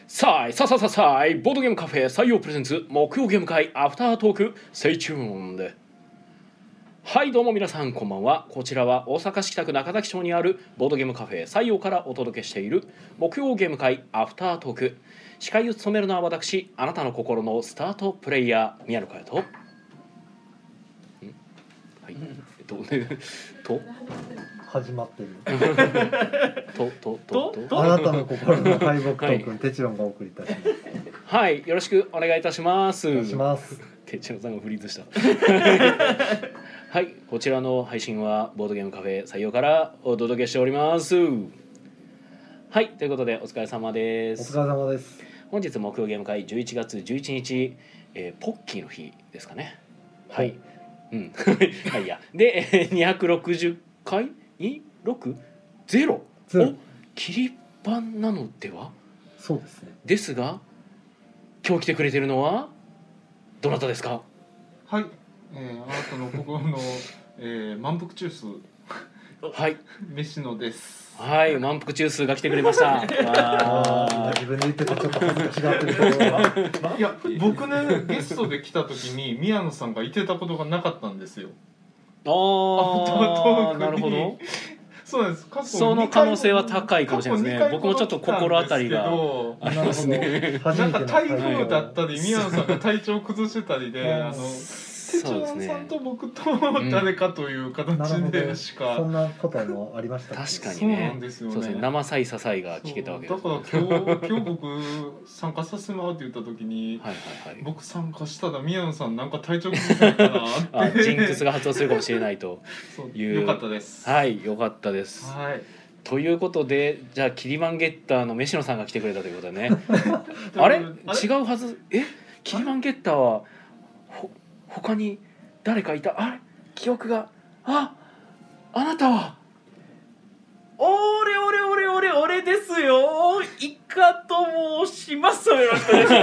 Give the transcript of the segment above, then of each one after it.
さあボードゲームカフェ採用プレゼンツ木曜ゲーム会アフタートークステイチューンで。はいどうも皆さんこんばんは。こちらは大阪市北区中崎町にあるボードゲームカフェ採用からお届けしている木曜ゲーム会アフタートーク。司会を務めるのは私、あなたの心のスタートプレイヤー宮野佳代とと始まってるとあなたの心の敗北トークン、テチロンがお送りいたします。 はい、よろしくお願いいたします。 お願いします。 テチロンさんがフリーズしたはい、こちらの配信はボードゲームカフェ採用からお届けしております。はい、ということでお疲れ様でおす。 疲れ様です。 本日木曜ゲーム会11月11日、ポッキーの日ですかね。はい、はい、やで260回260を切り板なのでは。 そうですね。 ですが今日来てくれてるのはどなたですか。 はい、あなたの心の、満腹中枢はい、 飯野です。 はい、満腹中枢が来てくれました。 自分で言っててちょっと恥ずかしがってるところがいや僕ねゲストで来た時に宮野さんがいてたことがなかったんですよ。 なるほど。 そうなんです。 その可能性は高いかもしれないですね。僕もちょっと心当たりがありますね。 なんか台風だったり宮野さんが体調崩してたりでテチロンさんと僕と誰かという形でしか、 そんなこともありました。 確かにね。 そうなんですよね。 そうですね。生さいささいが聞けたわけです。 だから今日僕参加させてもらうって言った時に、僕参加したら宮野さんなんか体調崩したかなってジンクスが発動するかもしれないという。 よかったです。 はい、よかったです。 はい。 ということで、じゃあキリマンゲッターの飯野さんが来てくれたということでね。あれ違うはず。キリマンゲッターは他に誰かいた。あれ記憶があなたは俺ですよ。イカと申します。よろしくお願いします。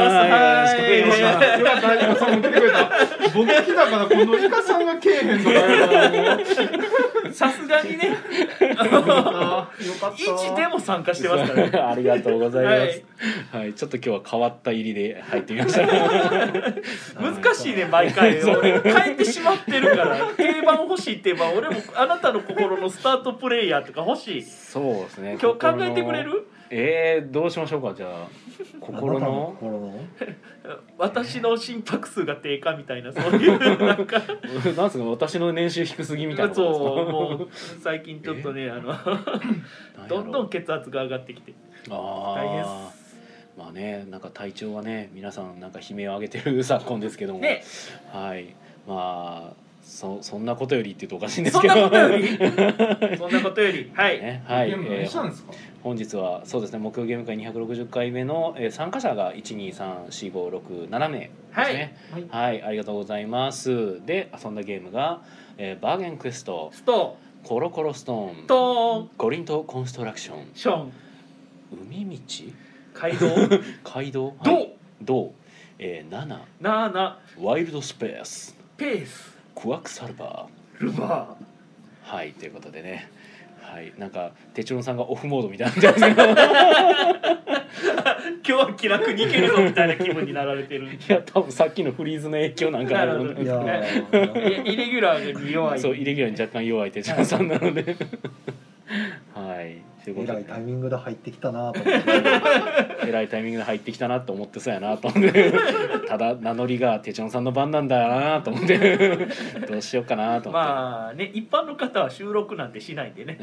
よかった、イカさんも来てくれた。僕来たから今度イカさんがけえへんとかさすがにね。 よかった。 1でも参加してますからね。 ありがとうございます。はい、ちょっと今日は変わった入りで入ってみました。 難しいね毎回。俺変えてしまってるから。定番欲しい定番。俺もあなたの心のスタートプレイヤーとか欲しい。 そうですね。 今日考えてくれる？ どうしましょうか。じゃあ心の私の心拍数が低下みたいな、そういうなんかなんすか、私の年収低すぎみたいなことですか。 そうもう最近ちょっとねどんどん血圧が上がってきて大変です。 まあね、なんか体調はね皆さんなんか悲鳴を上げてる昨今ですけども、 ね、 はい、まあそんなことよりって言うとおかしいんですけど、 そんなことよりはい、 ね、はい、 なんですか。 本日はそうですね、木曜ゲーム会260回目の、参加者が 1,2,3,4,5,6,7 名ですね。はい、ありがとうございます。で遊んだゲームが、バーゲンクエスト、コロコロストーン、 トーン、 ゴリントコンストラクション、 ション、 海道、 街道、 銅、7、ワイルドスペース、 ペース、 クワックサルバー、 ルバー。はい、ということでね、はい、なんかテチロンさんがオフモードみたいなんじゃないですか。 今日は気楽にいけるぞみたいな気分になられてる。 いや、多分さっきのフリーズの影響なんかなと思うんですけど、 イレギュラーに弱い。 そう、イレギュラーに若干弱いテチロンさんなのではい、 えらいタイミングで入ってきたなと思ってえらいタイミングで入ってきたなと思ってそうやなと思ってただ名乗りがテチロンさんの番なんだなと思ってどうしようかなと思って、 まあね、一般の方は収録なんてしないんでね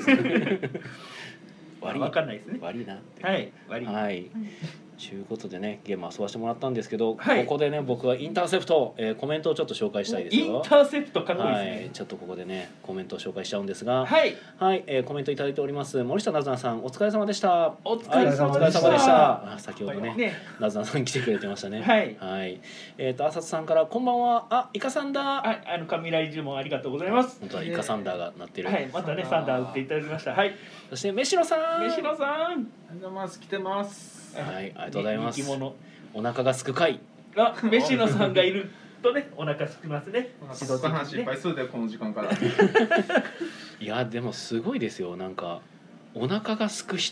分かんないですね。 悪いなって、 はい悪い、 はいということでね、ゲーム遊ばしてもらったんですけど、 はい、 ここでね僕はインターセプト、コメントをちょっと紹介したいですよ。 インターセプトかっこいいですね。 はい、ちょっとここでねコメントを紹介しちゃうんですが、 はい、 はい、コメントいただいております。森下なずなさん、お疲れ様でした。 お疲れ様でした。 はい、先ほどねなずなさん来てくれてましたね。はい、はい、あさつさんからこんばんは。イカサンダー。 雷呪文ありがとうございます。 本当はイカサンダーが鳴ってる。 はい、またねサンダー打っていただきました。はい。 そして飯野さん。 ありがとうございます。来てます。 はい、ありがとうございます。 生き物。 お腹がすく回。 飯野さんがいるとね、お腹すきますね。 自動的に話いっぱいするでこの時間から。 いやでもすごいですよ。なんかお腹がすく人っ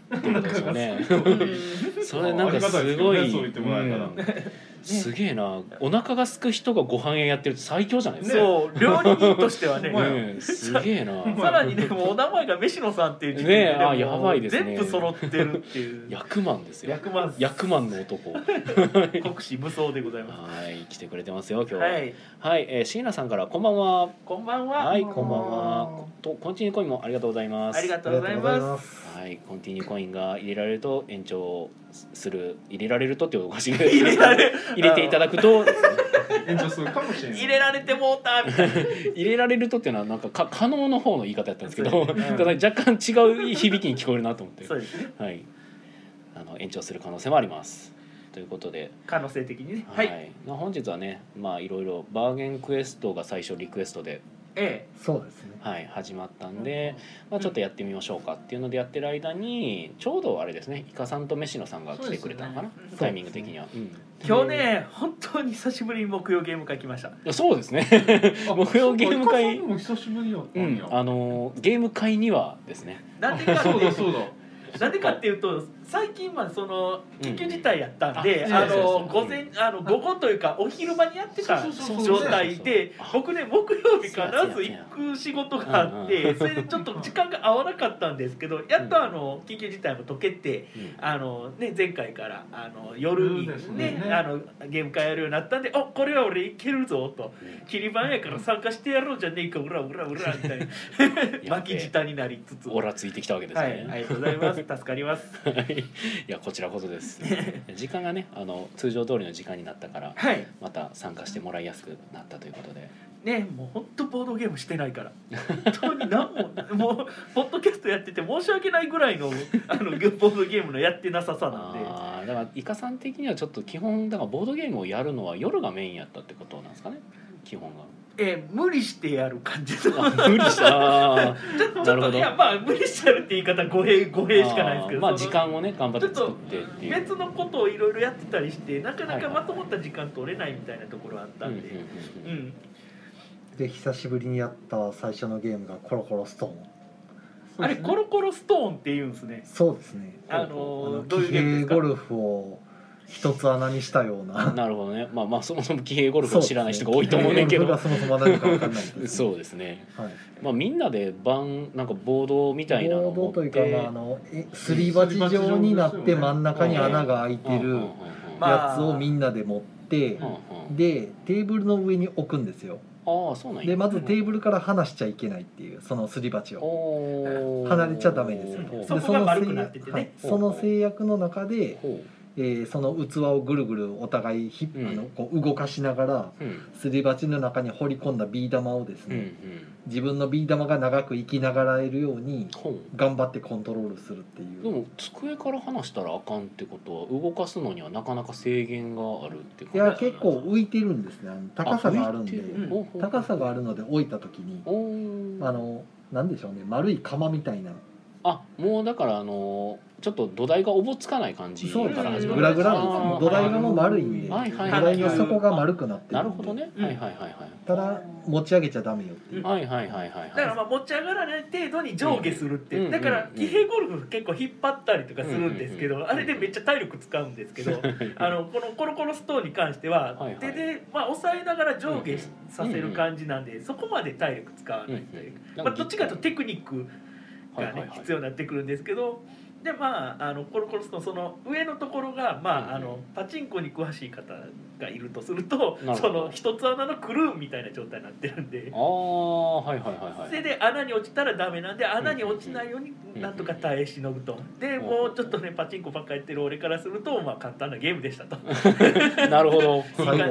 ってことですよねそれなんかすありごいがたいですけどねそう言ってもらえたら、 すげえな、お腹が空く人がご飯屋やってると最強じゃないですか。 そう料理人としてはねねえすげえな。 さらにねもうお名前が飯野さんっていう時点ねでもうえやばいですね。 全部揃ってるっていう役満ですよ。 役満役満の男。 国士無双でございまはい来てくれてますよ今日は。 すはいはい、椎名さんからこんばんは。 こんばんははいこんばんは。とコンティニューコインもありがとうございます。 ありがとうございますす。 はいコンティニューコインが入れられると延長する入れられるとっておかしい入れられ入れていただくとですね延長するかもしれない。 入れられてもうたみたいな入れられるとっていうのはなんか可能の方の言い方やったんですけど、 そうですねただ若干違う響きに聞こえるなと思って、 そうですねはい、延長する可能性もありますということで、 可能性的にねはいまあ、本日はねまあいろいろバーゲンクエストが最初リクエストで、 えそうですね。 はい、始まったんで、まあ、ちょっとやってみましょうかっていうのでやってる間にちょうどあれですねイカさんと飯野さんが来てくれたのかな、 そうですねタイミング的には、うんえ今日ね本当に久しぶりに木曜ゲーム会来ましたいやそうですね木曜ゲーム会も久しぶりやったんや。 ゲーム会にはですねなんでかそうだそうだ。 なんでかっていうと最近まあその緊急事態やったんで、 うん午後というかお昼間にやってたそうそうそう状態で僕ね木曜日必ずそうや行く仕事があってそれでちょっと時間が合わなかったんですけどやっと緊急事態も解けて前回から夜にですねねゲーム会やるようになったんで「これは俺いけるぞ」と「切り番やから参加してやろうじゃねえかうらうらうら」みたいな巻き舌になりつつオラついてきたわけですはいね、 ありがとうございます助かりますはいいやこちらこそです時間がね通常通りの時間になったからはいまた参加してもらいやすくなったということでねもう本当ボードゲームしてないから本当に何ももうポッドキャストやってて申し訳ないぐらいのボードゲームのやってなささなんでだからイカさん的にはちょっと基本だからボードゲームをやるのは夜がメインやったってことなんですかね基本が無理してやる感じの無理したちょっなるほどといやまあ無理してやるって言い方語弊しかないですけどまあその時間をね頑張って作ってっていう別のことをいろいろやってたりしてなかなかまとまった時間取れないみたいなところあったんでうんで久しぶりにやった最初のゲームがコロコロストーン。 あれコロコロストーンって言うんですねそうですね。 どういう騎ゲームですか兵ゴルフを一つ穴にしたような。 なるほどねまあそもそも騎兵ゴルフを知らない人が多いと思うねんけど騎兵ゴルフがそもそも何か分かんないですね。 そうですねはい。 まあみんなでなんかボードみたいなのを持ってボードというか、すり鉢状になって真ん中に穴が開いてるやつをみんなで持ってでテーブルの上に置くんですよ。 ああそうなんやでまずテーブルから離しちゃいけないっていうそのすり鉢を離れちゃダメですよほうでそこが丸くなっててねはいその制約の中で、 ほその器をぐるぐるお互いこう動かしながらううんすり鉢の中に放り込んだビー玉をですうんうね、 ん自分のビー玉が長く生きながらえるようにほう頑張ってコントロールするっていう。 でも机から離したらあかんってことは動かすのにはなかなか制限があるってこといや結構浮いてるんですね。高さがあるんで浮いてるほうほう高さがあるので置いた時におーなんでしょうね、丸い釜みたいな。 もうだからちょっと土台がおぼつかない感じそうから始まるグラグラです。 あー土台がもう丸いんで、 はいはい土台の底が丸くなってるんで。 なるほどね、 うんはいはいはいただ持ち上げちゃダメよっていう。 はいはいはいはいはいだからまあ持ち上がらない程度に上下するって、 うんだからうん騎兵ゴルフ結構引っ張ったりとかするんですけど、 うんあれでめっちゃ体力使うんですけど、このコロコロストーンに関してははいはい手でまあ押さえながら上下させる感じなんで、そこまで体力使わないというか、まあどっちかというとテクニックがね必要になってくるんですけど。でまあコロコロストーンその上のところがまあパチンコに詳しい方がいるとするとなるほどその一つ穴のクルーンみたいな状態になってるんで。 ああはいはいはいはいそれで穴に落ちたらダメなんで穴に落ちないようになんとか耐え忍ぶとでもうちょっとねパチンコばっかやってる俺からするとまあ簡単なゲームでしたとなるほど最後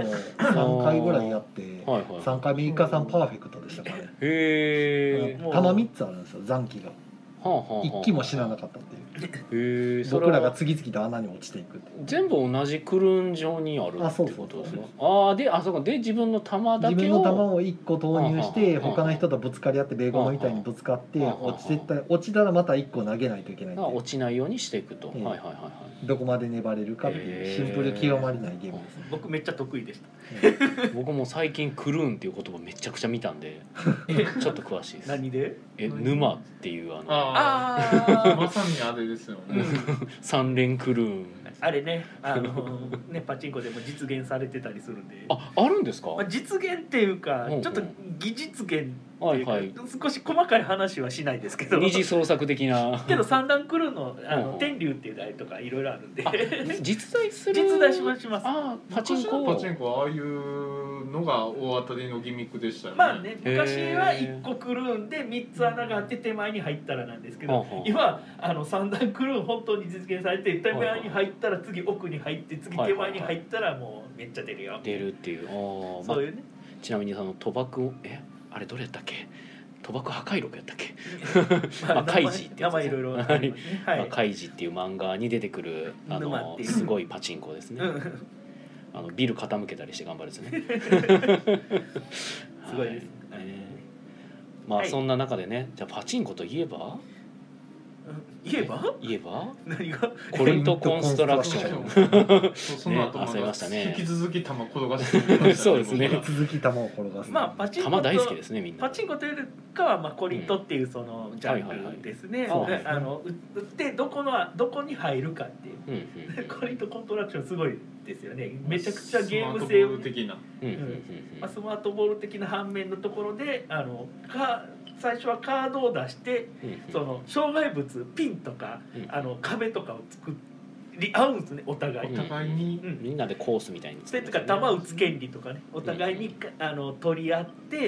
3回ぐらいやってはいはい 3回目イカさんパーフェクトでしたからね。 へえもう玉3つあるんですよ残機が。1機も死ななかったっていう。 へえ僕らが次々と穴に落ちていくっていう。 全部同じクルーン状にあるってことですねそうかで自分の玉だ自けを分の玉を1個投入してはあはあ他の人とぶつかり合ってベーゴマみたいにぶつかってはあはあ落ちたらまた1個投げないといけないっていう落ちないようにしていくと、 うんはいはいはいはいどこまで粘れるかっていうシンプル極まりないゲームですね。 僕めっちゃ得意でした僕も最近クルーンっていう言葉めちゃくちゃ見たんでちょっと詳しいです何で沼っていうあまさにあれですよね。 三連クルーン。 あれね、ねパチンコでも実現されてたりするんで。 あるんですか。 まあ、実現っていうか、 うんうんちょっと技術現っていうか、 はいはい少し細かい話はしないですけど。 二次創作的な。 けど三段クルーのうん天竜っていう台とかいろいろあるんで。 実在する。 実在します。 パチンコ。 パチンコはああいうのが大当たりのギミックでしたよね。 まあね、昔は1個クルーンで3つ穴があって手前に入ったらなんですけど、今3段クルーン本当に実現されて手前に入ったら次奥に入って次手前に入ったらもうめっちゃ出るよ。 出るっていう。 そういうね。 ちなみに賭博あれどれやったっけ？賭博破壊録やったっけ？カイジってやつですね。 名前いろいろありますね。 カイジっていう漫画に出てくるすごいパチンコですね。ビル傾けたりして頑張るですね。 すごいです。 まあそんな中でね、じゃあパチンコといえば言えば何がコリントコンストラクション。 その後焦りましたね。 引き続き球転がしてました。 そうですね。 続き球を転がす。 まあパチンコと球大好きですねみんな。 パチンコというかはまあコリントっていうそのジャンルですね。打ってどこに入るかっていう。コリントコントラクションすごいですよね。めちゃくちゃゲーム性を的な。 スマートボール的な反面のところで最初はカードを出してその障害物ピンとか壁とかを作り合うんですね、お互いに。 みんなでコースみたいにそれとか球を打つ権利とかね、お互いに取り合って、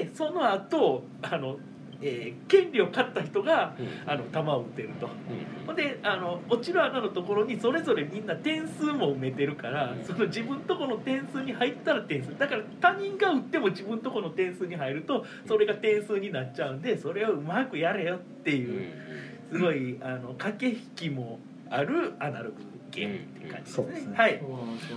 その後権利を勝った人が球を打てると。で落ちる穴のところにそれぞれみんな点数も埋めてるから、その自分とこの点数に入ったら点数だから、他人が打っても自分とこの点数に入るとそれが点数になっちゃうんで、それをうまくやれよっていうすごい駆け引きもあるアナログゲームっていう感じですね。 そうですね。 はい。 で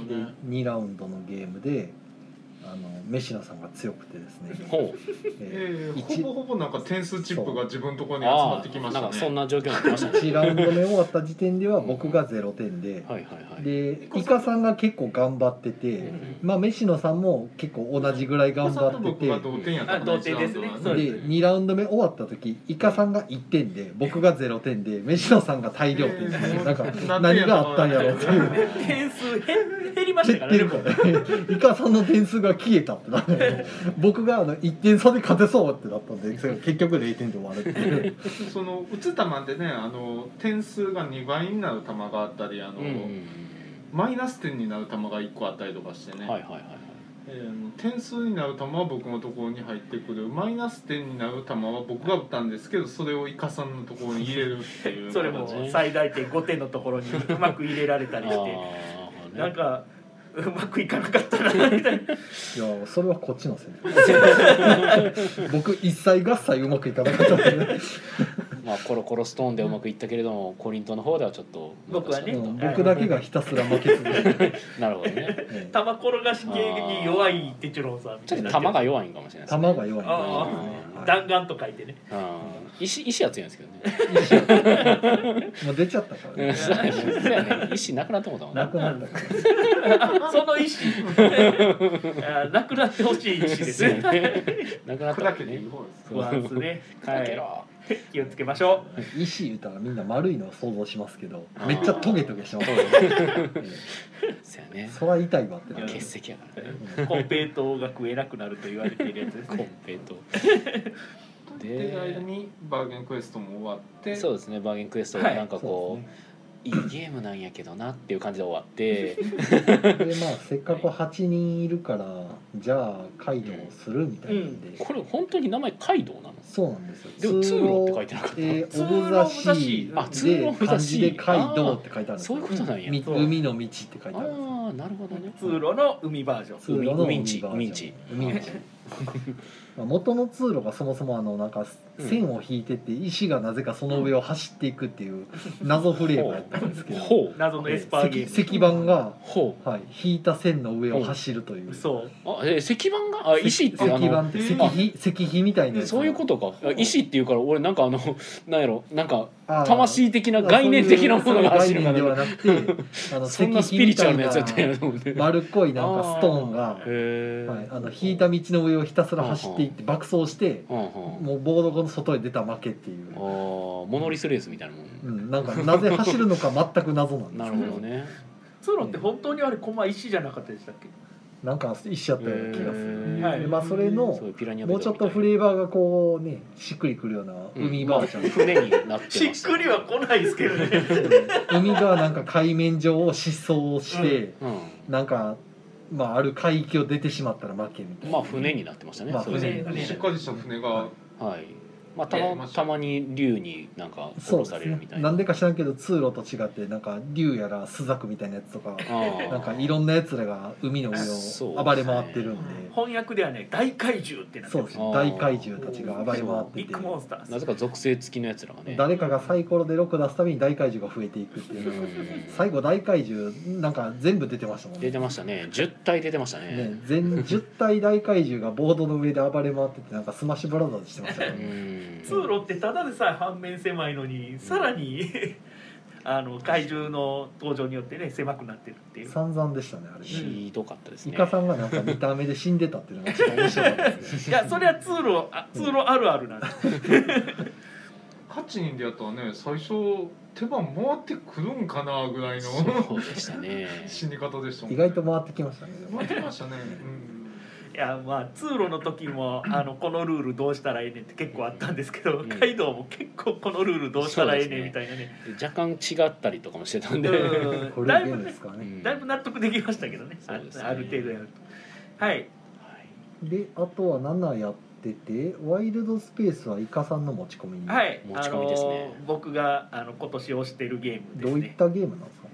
2ラウンドのゲームで飯野さんが強くてですね。 ほぼなんか点数チップが自分のところに集まってきましたね。 なんかそんな状況になってましたね。 1ラウンド目終わった時点では僕が0点で、でイカさんが結構頑張ってて、まあ飯野さんも結構同じぐらい頑張ってて、で同点ですね。 2ラウンド目終わった時イカさんが1点で僕が0点で飯野さんが大量点で、なんか何があったんやろうっていう。 点数減りましたからね。 イカさんの点数が消えたってなって、僕が1点差で勝てそうってなったんで、結局0点で終わるっていう。 その打つ球でね、点数が2倍になる球があったり、マイナス点になる球が1個あったりとかしてね。点数になる球は僕のところに入ってくる、マイナス点になる球は僕が打ったんですけど、それをイカさんのところに入れるっていうそれも最大点5点のところにうまく入れられたりしてなんかうまくいかなかったなみたいな。いやそれはこっちのせい僕一切合切うまくいかなかったんでまあコロコロストーンでうまくいったけれども、コリントの方ではちょっと僕はね、 僕だけがひたすら負け続けてなるほどね。 球転がし系に弱いテチロンさんみたいな。 ちょっと球が弱いんかもしれないですね。 球が弱いんかもしれないですね。 弾丸と書いてね。 石は強いんですけどね。 もう出ちゃったからね。 そうやね。石なくなってもうたもんね。 なくなったからその石なくなってほしい石ですね。 なくなったけでいい方です。 そうですね。 砕けろ。 気をつけましょう。石言ったらみんな丸いのを想像しますけど、めっちゃトゲトゲしてます。 そうやね。 そら痛いわって。 欠席やからね。 コンペイトーが食えなくなると言われているやつですね。 コンペイトで間にバーゲンクエストも終わって、 そうですね、バーゲンクエストがなんかこう、いいゲームなんやけどなっていう感じで終わってでまあせっかく8人いるからじゃあカイドウをするみたいなんで、 これ本当に名前カイドウなの？ そうなんですよ。 でも通路って書いてなかった。 オブザシーで漢字でカイドウって書いてあるんですよ。 そういうことなんや。 海の道って書いてあるんですよ。 ああ、なるほどね。 通路の海バージョン。 通路の海道。元の通路がそもそもなんか線を引いてて石がなぜかその上を走っていくっていう謎フレームやったんですけど、 謎のエスパーゲーム、 石板が引いた線の上を走るという。 そう。 石板が石って石板って石碑みたいな。 そういうことか。石っていうから俺なんかなんやろ、なんか魂的な概念的なものが走る概念ではなくてそんなスピリチュアルなやつやったんやと思って。 丸っこいなんかストーンが引いた道の上ををひたすら走っていって爆走して、もうボードの外へ出た負けっていう。 モノリスレースみたいなもん。 なんかなぜ走るのか全く謎なんです。 なるほどね。 通路って本当にあれコマ石じゃなかったでしたっけ？ なんか一緒やったような気がする。はい。まあそれのもうちょっとフレーバーがこうねしっくりくるような海バージョン。 船になってます。 しっくりは来ないですけどね。 海がなんか海面上を疾走して、なんかまあある海域を出てしまったら負けみたいな。 まあ船になってましたね。 まあ船しっかりした船が。 はい。まあ、たまに竜になんか殺されるみたいな。 なんでか知らんけど通路と違ってなんか竜やらスザクみたいなやつとかなんかいろんなやつらが海の上を暴れ回ってるんで、 翻訳ではね大怪獣ってなってます。 大怪獣たちが暴れ回ってて、 ビッグモンスター。 なぜか属性付きのやつらがね。 誰かがサイコロで6出すたびに大怪獣が増えていくっていうのが最後大怪獣なんか全部出てましたもんね。 出てましたね。10体出てましたね。 全10体大怪獣がボードの上で暴れ回っててなんかスマッシュブラザーズしてましたね。 通路ってただでさえ半面狭いのにさらに怪獣の登場によってね狭くなってるっていう散々でしたねあれ。 ひどかったですね。 イカさんがなんか見た目で死んでたっていうのがちょっと面白かったですね。 いやそれは通路あるあるなんです。 8人でやったらね最初手番回ってくるんかなぐらいのそうでしたね。 死に方でしたもん。 意外と回ってきましたね。 回ってきましたね。 いやまあ通路の時もこのルールどうしたらええねんって結構あったんですけど、カイドウも結構このルールどうしたらええねんみたいなね。 若干違ったりとかもしてたんで、 だいぶねだいぶ納得できましたけどね。ある程度やると。はい。 であとは7やっててワイルドスペースはイカさんの持ち込みに。 はい。 持ち込みですね。 僕が今年推してるゲームですね。 どういったゲームなんですか。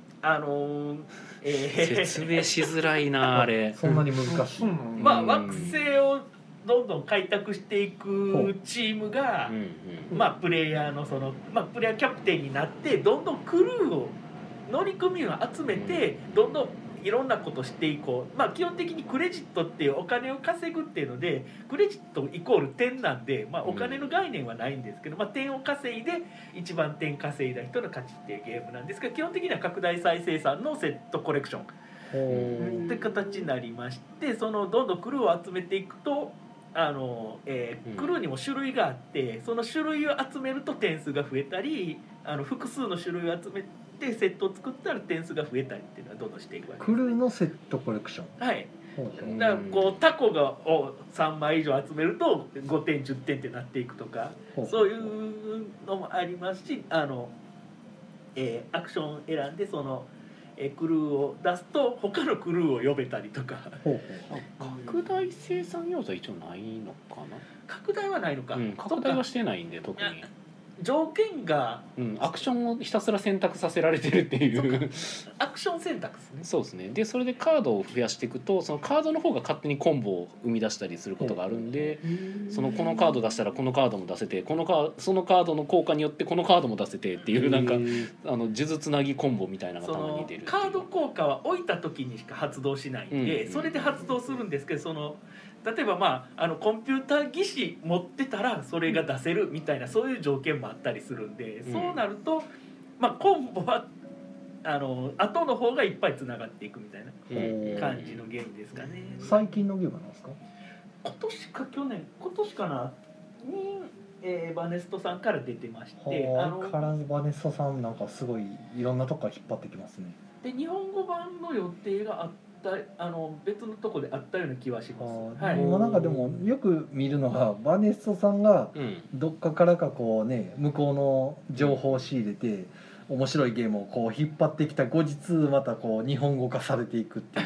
説明しづらいなあれ。 そんなに難しい。 まあ惑星をどんどん開拓していくチームが、まあプレイヤーのプレイヤーキャプテンになってどんどんクルーを乗組員を集めてどんどんいろんなことしていこう。まあ基本的にクレジットっていうお金を稼ぐっていうのでクレジットイコール点なんで、まあお金の概念はないんですけど、まあ点を稼いで一番点稼いだ人の勝ちっていうゲームなんですけど、基本的には拡大再生産のセットコレクションって形になりまして、どんどんクルーを集めていくとクルーにも種類があってその種類を集めると点数が増えたり複数の種類を集めてセットを作ったら点数が増えたりっていうのはどんどんしていくわけです。 クルーのセットコレクション。 はい。だからこうタコを3枚以上集めると5点10点ってなっていくとかそういうのもありますしアクションを選んでクルーを出すと他のクルーを呼べたりとか。 拡大生産要素は一応ないのかな。 拡大はないのか。 拡大はしてないんで特に。 条件が、 アクションをひたすら選択させられてるっていうアクション選択ですね。 そうですね。でそれでカードを増やしていくとそのカードの方が勝手にコンボを生み出したりすることがあるんで、このカード出したらこのカードも出せてそのカードの効果によってこのカードも出せてっていうなんか数珠つなぎコンボみたいなのがたまに出る。 カード効果は置いた時にしか発動しないんで、それで発動するんですけど例えばコンピューター技師持ってたらそれが出せるみたいなそういう条件もあったりするんで、そうなるとコンボは後の方がいっぱいつながっていくみたいな感じのゲームですかね。 最近のゲームなんですか。 今年かなに、バネストさんから出てまして相変わらずバネストさんなんかすごいいろんなとこから引っ張ってきますね。 で日本語版の予定があって別のとこであったような気はします。 はい、なんかでもよく見るのがバネストさんがどっかからかこうね向こうの情報を仕入れて面白いゲームをこう引っ張ってきた後日またこう日本語化されていくっていう、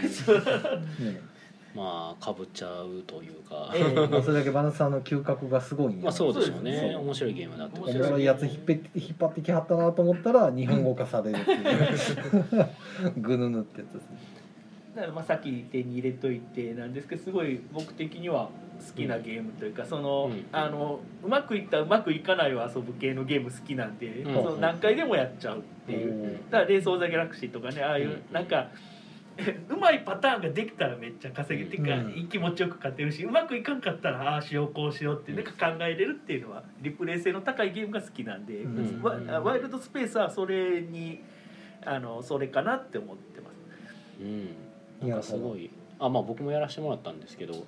ね、 まあかぶっちゃうというか、 それだけバネストさんの嗅覚がすごいんや。 そうでしょうね。面白いゲームだって面白いやつ引っ張ってきはったなと思ったら日本語化されるっていうぐぬぬってやつですね。 だからさっき手に入れといてなんですけどすごい僕的には好きなゲームというかうまくいったうまくいかないを遊ぶ系のゲーム好きなんで、何回でもやっちゃうっていう。だから「レース・オブ・ザ・ギャラクシー」とかねああいうなんかうまいパターンができたらめっちゃ稼げて気持ちよく勝てるしうまくいかんかったらああしようこうしようってなんか考えれるっていうのはリプレイ性の高いゲームが好きなんでワイルドスペースはそれにそれかなって思ってます。 なんかすごいまあ僕もやらせてもらったんですけど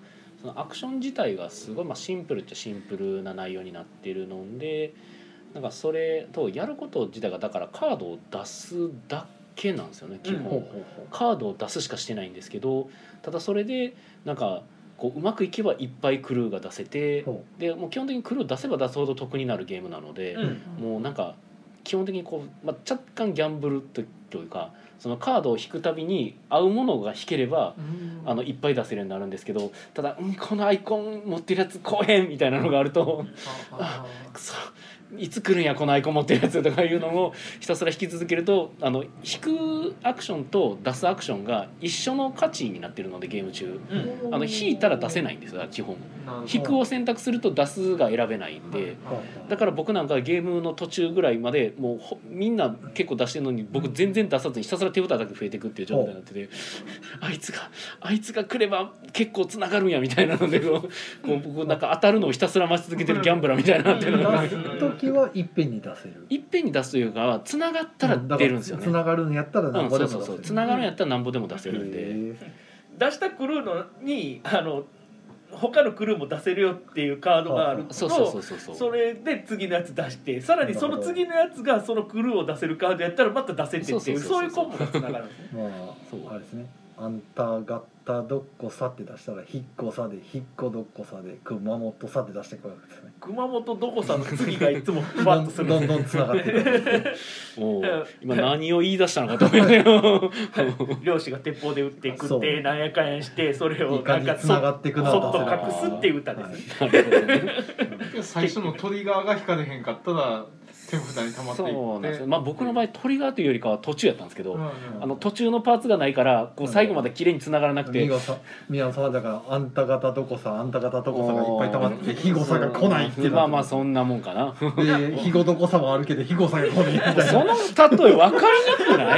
そのアクション自体がすごい、シンプルっちゃシンプルな内容になってるので、なんかそれとやること自体がだからカードを出すだけなんですよね基本、カードを出すしかしてないんですけど、ただそれでなんかこううまくいけばいっぱいクルーが出せて、でもう基本的にクルー出せば出すほど得になるゲームなので、もうなんか基本的にこう、若干ギャンブルというか、そのカードを引くたびに合うものが引ければいっぱい出せるようになるんですけど、ただ、このアイコン持ってるやつ来へんみたいなのがあるとくそいつ来るんやこのアイコン持ってるやつとかいうのをひたすら引き続けると、引くアクションと出すアクションが一緒の価値になってるのでゲーム中、引いたら出せないんですよ基本。引くを選択すると出すが選べないんで、だから僕なんかゲームの途中ぐらいまでもうみんな結構出してるのに僕全然出さずにひたすら手札だけ増えていくっていう状態になってて、あいつが来れば結構つながるんやみたいなのでこう僕なんか当たるのをひたすら待ち続けてるギャンブラーみたいになってるのが時はいっぺんに出せる。 いっぺんに出すというかつながったら出るんですよね。 つながるんやったらなんぼでも出せる。 そうつながるんやったらなんぼでも出せるんで、 出したクルーのに他のクルーも出せるよっていうカードがあると、それで次のやつ出して、さらにその次のやつがそのクルーを出せるカードやったらまた出せてっていう、そういうコンボがつながるんですね。 あれですね。あんた方どっこさって出したら引っこさで引っこどっこさで熊本さって出してくるわけですね。 熊本どこさの次がいつもふわっとするどんどんつながってくる今何を言い出したのかと思って漁師が鉄砲で撃っていくってなんやかんやしてそれをなんかつながっていくなそっと隠すっていう歌ですね。 最初のトリガーが引かれへんかったら手札に溜まっていって、 そうなんですよ。僕の場合トリガーというよりかは途中やったんですけど、途中のパーツがないからこう最後まで綺麗に繋がらなくて、 宮野さんだからあんた方どこさあんた方どこさがいっぱい溜まって肥後さが来ないっていうまあそんなもんかな。 で肥後どこさもあるけど肥後さが来ないみたいな。 その例え分かりなくない？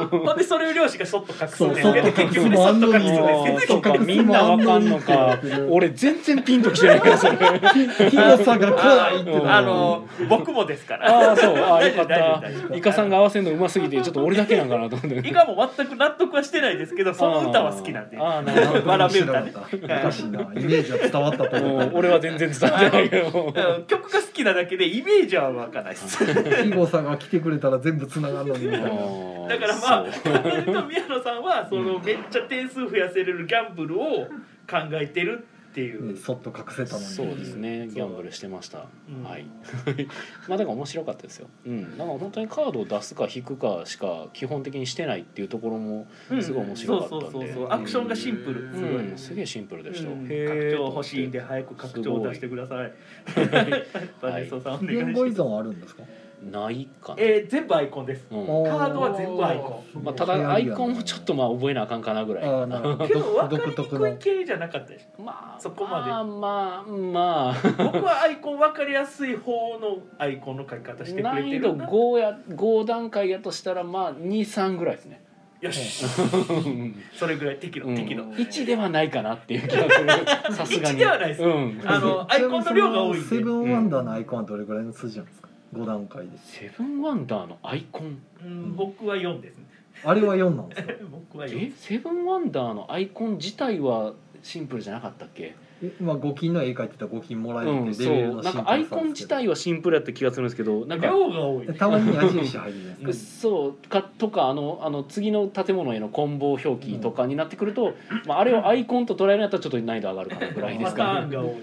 ほんでそれを漁師がそっと隠すんですけど結局そっと隠すんですけど、 みんな分かんのか。俺全然ピンときてないからそれ。 肥後さが来ないって僕もですから。 そうよかった。イカさんが合わせるのうますぎてちょっと俺だけなんかなと思って。 イカも全く納得はしてないですけど、その歌は好きなんで。わらべ歌ね。 おかしいな。イメージは伝わったと思う。 俺は全然伝わってないけど。 曲が好きなだけでイメージは湧かないです。 肥後さんが来てくれたら全部つながるのにみたいな。 だから考えると宮野さんはそのめっちゃ点数増やせれるギャンブルを考えてるっていう、 そっと隠せたのに。 そうですね、ギャンブルしてました、はいだから面白かったですよ。なんか本当にカードを出すか引くかしか基本的にしてないっていうところもすごい面白かったんで、 アクションがシンプル、 すげえシンプルでした。 拡張欲しいんで早く拡張を出してください。バネストさんお願いします。 言語依存あるんですか？ ないかな。 全部アイコンです。カードは全部アイコン。ただアイコンもちょっと覚えなあかんかなぐらい。 けど分かりにくい系じゃなかったです。そこまで。僕はアイコン分かりやすい方のアイコンの書き方してくれてる。 難易度5段階やとしたら2、3ぐらいですね。 よしそれぐらい適度 1ではないかなっていう気がする。さすがに 1ではないです。アイコンの量が多いんで。 セブンワンダーのアイコンはどれぐらいの数字なんですか？5段階で。 セブンワンダーのアイコン、 僕は4ですね。 あれは4なんですか？ 僕は4。 セブンワンダーのアイコン自体はシンプルじゃなかったっけ？ 5金の絵描いてたら5金もらえるってレベルのシンプルさですけど、 なんかアイコン自体はシンプルやった気がするんですけど、なんか量が多い。 たまに矢印入るじゃないですか。 そうかとか次の建物へのコンボ表記とかになってくると、あれをアイコンと捉えるんやったらちょっと難易度上がるかなぐらいですかね。 パターンが多い。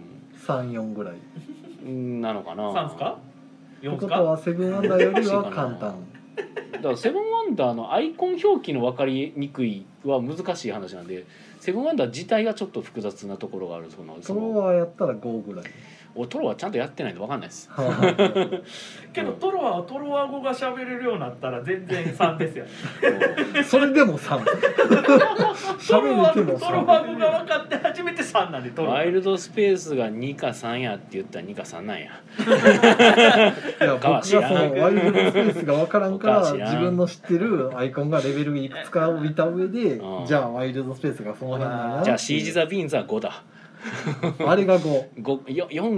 3、4ぐらいなのかな。 3ですか？4 ですか？ことはセブンワンダーよりは簡単。 だからセブンワンダーのアイコン表記の分かりにくいは難しい話なんで、セブンワンダー自体がちょっと複雑なところがある。 トロワやったら5ぐらい。 トロはちゃんとやってないと分かんないですけどトロワ語が喋れるようになったら全然3ですよそれでも3 トロワ語が分かって初めて3なんで。 ワイルドスペースが2か3やって言ったら2か3なんや。 いや僕がそのワイルドスペースが分からんから自分の知ってるアイコンがレベルいくつかを見た上でじゃあワイルドスペースがその辺なんやな。 じゃあシージ・ザ・ビーンズは5だ。 あれが5。 4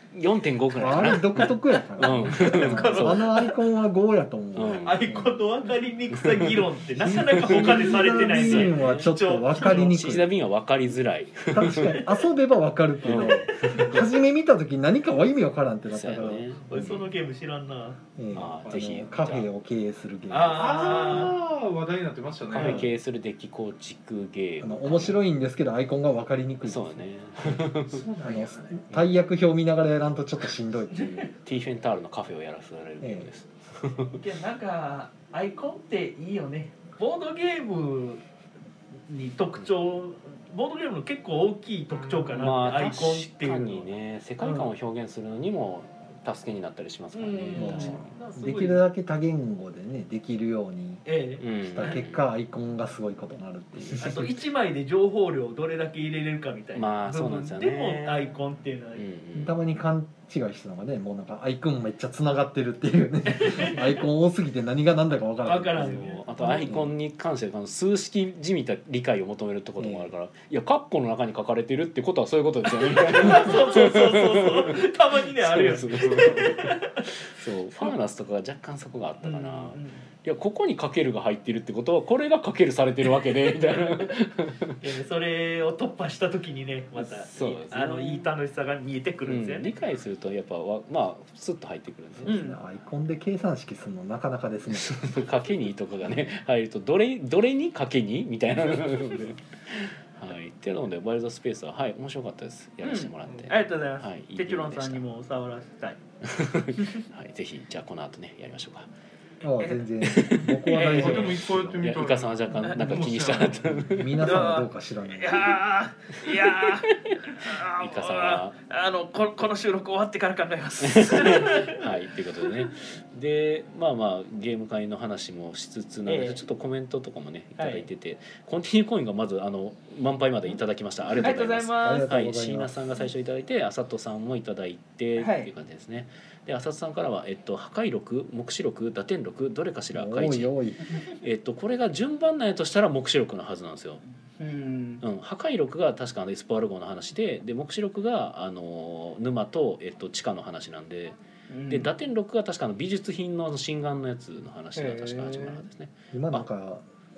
4.5 くらいかあな。 れ独特やから、 うんあのアイコンは5やと思う、 うんアイコンの分かりにくさ議論ってなかなか他でされてないんシでーンはちょっと分かりにくい。 シーザービーンは分かりづらい。 確かに遊べば分かるけど、初め見た時何かは意味分からんってなったから、 そうやね。 俺そのゲーム知らんな。 ぜひカフェを経営するゲーム、 ああ話題になってましたね。 カフェ経営するデッキ構築ゲーム。 面白いんですけどアイコンが分かりにくいです。 そうだね。 そうなんやね。 大役表見ながらやらんとちょっとしんどいっていうティーフェンタールのカフェをやらせられるゲームです。 いやなんかアイコンっていいよね。ボードゲームに特徴、ボードゲームの結構大きい特徴かなって、 まあアイコンっていうのは確かにね、世界観を表現するのにも助けになったりしますからね。 うん確かできるだけ多言語でねできるようにええに。 した結果、アイコンがすごいことになるっていうあと1枚で情報量をどれだけ入れれるかみたいまあなそうなんですよねでもアイコンっていうのは、 たまに勘違いしたのがね、もうなんかアイコンめっちゃつながってるっていうねアイコン多すぎて何が何だか分からない分からんそうあとアイコンに関して数式じみた理解を求めるってこともあるから、いやカッコの中に書かれてるってことはそういうことですよねみたいな。 そうたまにねあるよね。 そうファーナスとかが若干そこがあったかな、 うんいやここにかけるが入ってるってことはこれがかけるされてるわけでみたいな。 でねそれを突破した時にねまたそうですねいい楽しさが見えてくるんですよ理ね。 解するとやっぱまあスッと入ってくるんですね、 アイコンで計算式するのなかなかですねかけにとかがね入るとどれにかけにみたいな。はい、っていうのでワイルドスペースは面白かったです。やらせてもらって、 ありがとうございます。 はいいいテチロンさんにも触らせたい。 はいぜひじゃあこの後ねやりましょうか。 ああ全然僕は大丈でも一個やってみたい。 いやイカさんは若干なんか気にしたなって夫皆さんはどうか知らないいやーイカさんはこの収録終わってから考えます。 はいということでねでまあゲーム会の話もしつつなので、ちょっとコメントとかもねいただいてて、コンティニューコインがまず満杯までいただきました。ありがとうございます。 ありがとうございますはい、椎名さんが最初いただいて、あさとさんもいただいて、 はいっていう感じですね。で、あさとさんからは破壊録、目視録、打点録、どれかしら開示。 おいこれが順番なんやとしたら目視録のはずなんですよ。 うん破壊録が確かエスポアル号の話で、目視録が沼と地下の話なんで。で打点録が確か美術品の心眼のやつの話が確か始まるはずですね。 今なんか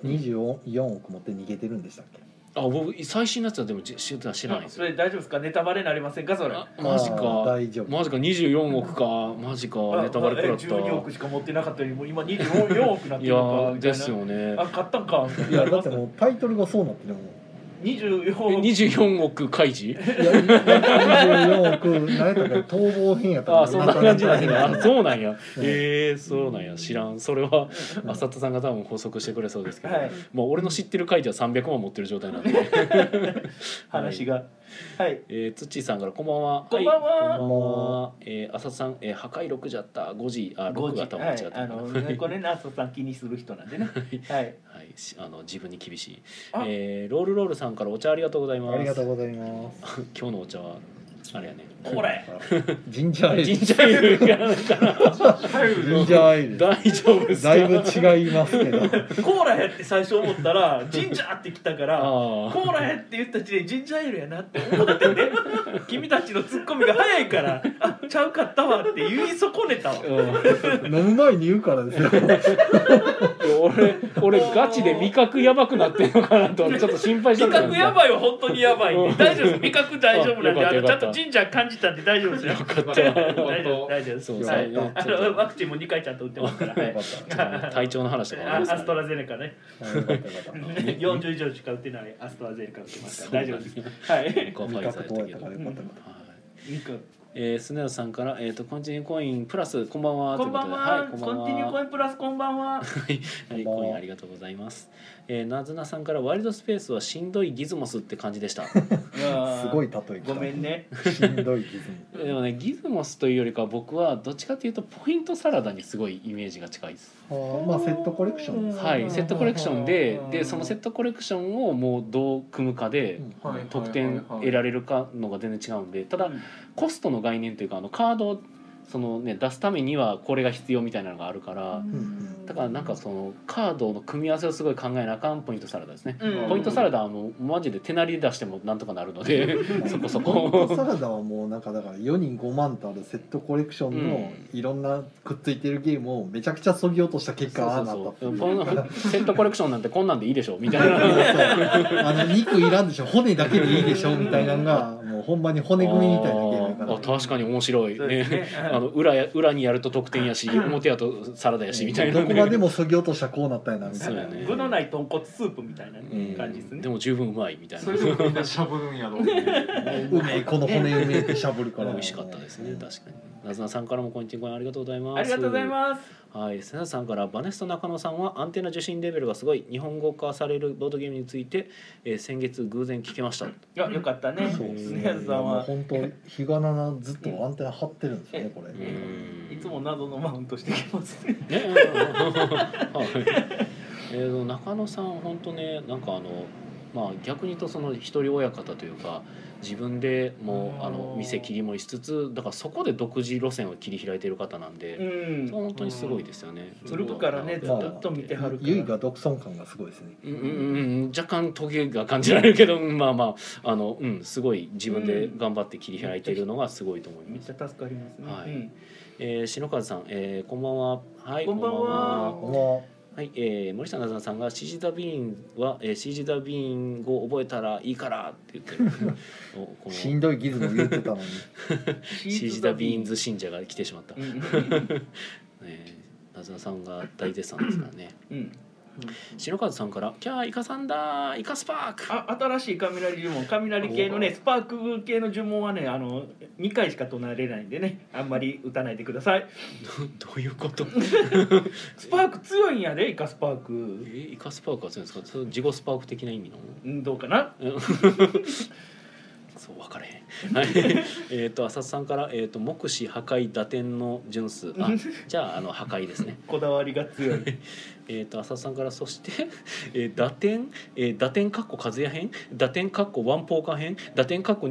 24億持って逃げてるんでしたっけ？ 僕最新のやつはでも知らないんですよ。 それ大丈夫ですか？ネタバレになりませんかそれ？ マジか。 大丈夫。 マジか24億か。マジか。ネタバレ食らった。 12億しか持ってなかったのにもう今24億なっているのかやみたいな。 ですよね。 買ったんか。 いやだってもうタイトルがそうなってるもん。 24億開示？ いや24億何やったか逃亡編やったかそんな感じなんですね。 なんかそうなんや。そうなんや。知らん。それは浅田さんが多分補足してくれそうですけど、もう俺の知ってる開示は300万持ってる状態なんで。 話が。はい。 つっちーさんからこんばんは。 こんばんは。 こんばんは。浅田さん破壊6じゃった。5時6が多分間違ったかな。 これね浅田さん気にする人なんでね。はい。 はい、自分に厳しい、ロールロールさんからお茶ありがとうございます。 ありがとうございます。 今日のお茶はあれやね。 これジンジャーエール。 ジンジャーエールやらないかな。 ジンジャーエール。 大丈夫ですか。 だいぶ違いますけど。 コーラやって最初思ったらジンジャーってきたからコーラやって言った時でジンジャーエールやなって思ってね。君たちのツッコミが早いからちゃうかったわって言い損ねたわ。 飲む前に言うからですよ。 俺ガチで味覚やばくなってるのかなとちょっと心配したん味だ覚やばいは本当にやばいんで大丈夫です。味覚大丈夫なんでよかったちゃんとジンジャー感じたんで大丈夫ですよ。 よかった。 大丈夫です。 そうはいよワクチンも2回ちゃんと打ってますから。はい体調の話とかもありますからアストラゼネカね。 よかったよかった。 40以上しか打ってないアストラゼネカ打ってますから大丈夫です。はい。 僕はファイザーやったけど味覚通ったからよかったよかっスネ夫さんから、コンティニューコインプラスこんばんはこんばんは。コンティニューコインプラスこんばんは。 はい、コインありがとうございます。なずなさんからワイルドスペースはしんどいギズモスって感じでした。 た。すごい例え。 ごめんね。 しんどいギズム。 でもねギズモスというよりか僕はどっちかというとポイントサラダにすごいイメージが近いです。 まあセットコレクションです。 はいセットコレクションでそのセットコレクションをもうどう組むかで得点得られるかのが全然違うんでただコストの概念というかカードそのね出すためにはこれが必要みたいなのがあるから、だからなんかそのカードの組み合わせをすごい考えなあかんポイントサラダですね。ポイントサラダはマジで手なりで出してもなんとかなるのでそこそこ。 ポイントサラダはもうなんかだから4人5万とあるセットコレクションのいろんなくっついてるゲームをめちゃくちゃ削ぎ落とした結果ああなったっていう。 セットコレクションなんてこんなんでいいでしょみたいな肉いらんでしょ骨だけでいいでしょみたいなのがもうほんまに骨組みみたいなゲームやから、 あ確かに面白いね。裏にやると得点やし表やとサラダやしみたいな、 どこまでも削ぎ落としたらこうなったやなみたいな、 具のない豚骨スープみたいな感じですね。 でも十分うまいみたいな。 それでもみんなしゃぶるんやろうめえこの骨うめえってしゃぶるから美味しかったですね。確かに。なずなさんからもコインティンコインありがとうございます。 ありがとうございます。 はい、瀬名さんからバネスト中野さんはアンテナ受信レベルがすごい日本語化されるボードゲームについて、先月偶然聞けました。 よかったね。 そうですね。 瀬名さんは本当日がななずっとアンテナ張ってるんですよねこれ。 いつも謎のマウントしてきますね。 中野さん本当ねなんかまあ逆に言うとその一人親方というか自分でもう店切り盛りしつつだからそこで独自路線を切り開いている方なんで、それは本当にすごいですよね。 古くからねずっと見てはるから。 ゆいが独尊感がすごいですね。 若干トゲが感じられるけどまあまあすごい自分で頑張って切り開いているのがすごいと思います。 めっちゃ助かりますね。 はい。篠和さん、こんばんは。はい。 こんばんは。 はい、森下なずなさんがシージ・ザ・ビーンは、シージ・ザ・ビーンを覚えたらいいからって言ってるしんどいギズも言ってたのにシージ・ザ・ビーンズ信者が来てしまった、なずなさんが大絶賛ですからね。篠和さんからキャーイカさんだイカスパーク。 新しい雷呪文雷系のねスパーク系の呪文はね2回しか唱えれないんでねあんまり打たないでください。 どういうことスパーク強いんやでイカスパーク。 イカスパークは強いんですか。それジゴスパーク的な意味のどうかなそう分かれへん。はい浅田さんから目視破壊打点の純数じゃあ破壊ですね。 こだわりが強い。 浅田さんからそして、打点かっこ和也編打点かっこワンポーカー編打点かっこ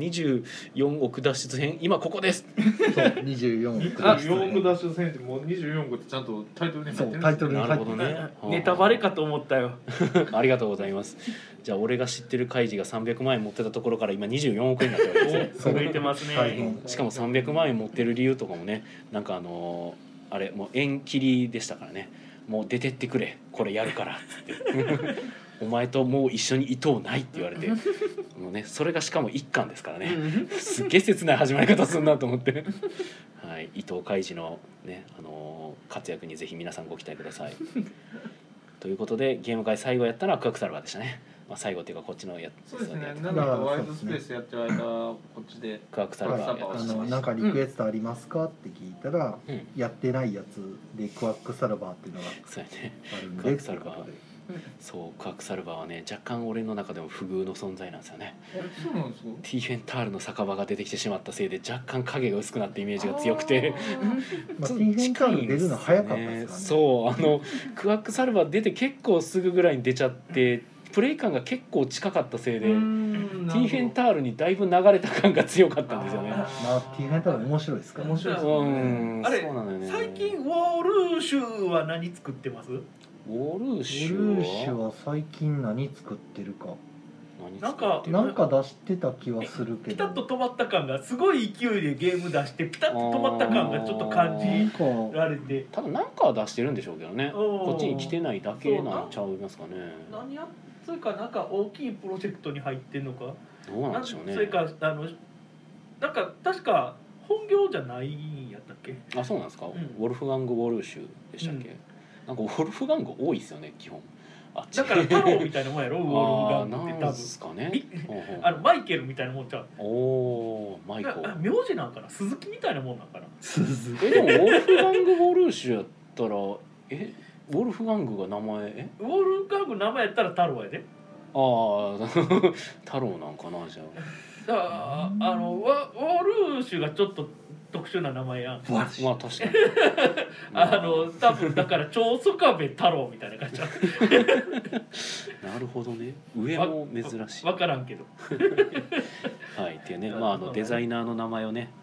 24億脱出編今ここです。 そう24億脱出 4億脱出編ってもう24億ってちゃんとタイトルに入ってるんですよ。 タイトルになるほどね。 ネタバレかと思ったよ。 ありがとうございます。じゃあ俺が知ってるカイジが300万円持ってたところから今24億円になってるわけですね。 続いてますね。 しかも300万円持ってる理由とかもねなんかあれもう縁切りでしたからね。もう出てってくれこれやるからっつってお前ともう一緒にいとうないって言われてもうねそれがしかも一巻ですからねすっげえ切ない始まり方するなと思ってはい、伊藤海二のね活躍にぜひ皆さんご期待くださいということでゲーム会最後やったのはクワクサルバーでしたね。まあ、最後っていうかこっちのやつそうですね。なんかワイルドスペースやってる間こっちでクワクサルバーやってました。 なんかリクエストありますかって聞いたら、やってないやつでクワックサルバーっていうのがそうやね。 あるんでクワクサルバーそうクワクサルバーはね若干俺の中でも不遇の存在なんですよね。 そうなんですか。 ティーフェンタールの酒場が出てきてしまったせいで若干影が薄くなったイメージが強くてまあ、ティーフェンタール出るの早かったですからね。 そうクワックサルバー出て結構すぐぐらいに出ちゃってプレイ感が結構近かったせいでティーフェンタールにだいぶ流れた感が強かったんですよね。 まあ、ティーフェンタール面白いですから、 面白いですあれそうなのよね。 最近ウォールシュは何作ってます？ ウォルーシュは最近何作ってるかなんか出してた気はするけどピタッと止まった感がすごい勢いでゲーム出してピタッと止まった感がちょっと感じられてただなんかは出してるんでしょうけどねこっちに来てないだけなんちゃいますかね。 何やそれかなんか大きいプロジェクトに入ってんのかどうなんでしょうね。 それかなんか確か本業じゃないんやったっけ。 あそうなんですか、ウォルフガング・ウォルーシュでしたっけ、なんかウォルフガング多いですよね基本。 だから太郎みたいなもんやろウォルフガングって多分なんすかねマイケルみたいなもんちゃう。 おーマイコ名字なんかな鈴木みたいなもんなんかな。 でもウォルフガング・ウォルーシュやったらウォルフガングが名前ウォルフガング名前やったら太郎やで。 ああ太郎なんかなじゃあ。だからウォルーシュがちょっと特殊な名前やん。 まあ確かに多分だから長宗我部太郎みたいな感じなるほどね。上も珍しい。 分からんけどはいっていうね、まあデザイナーの名前をね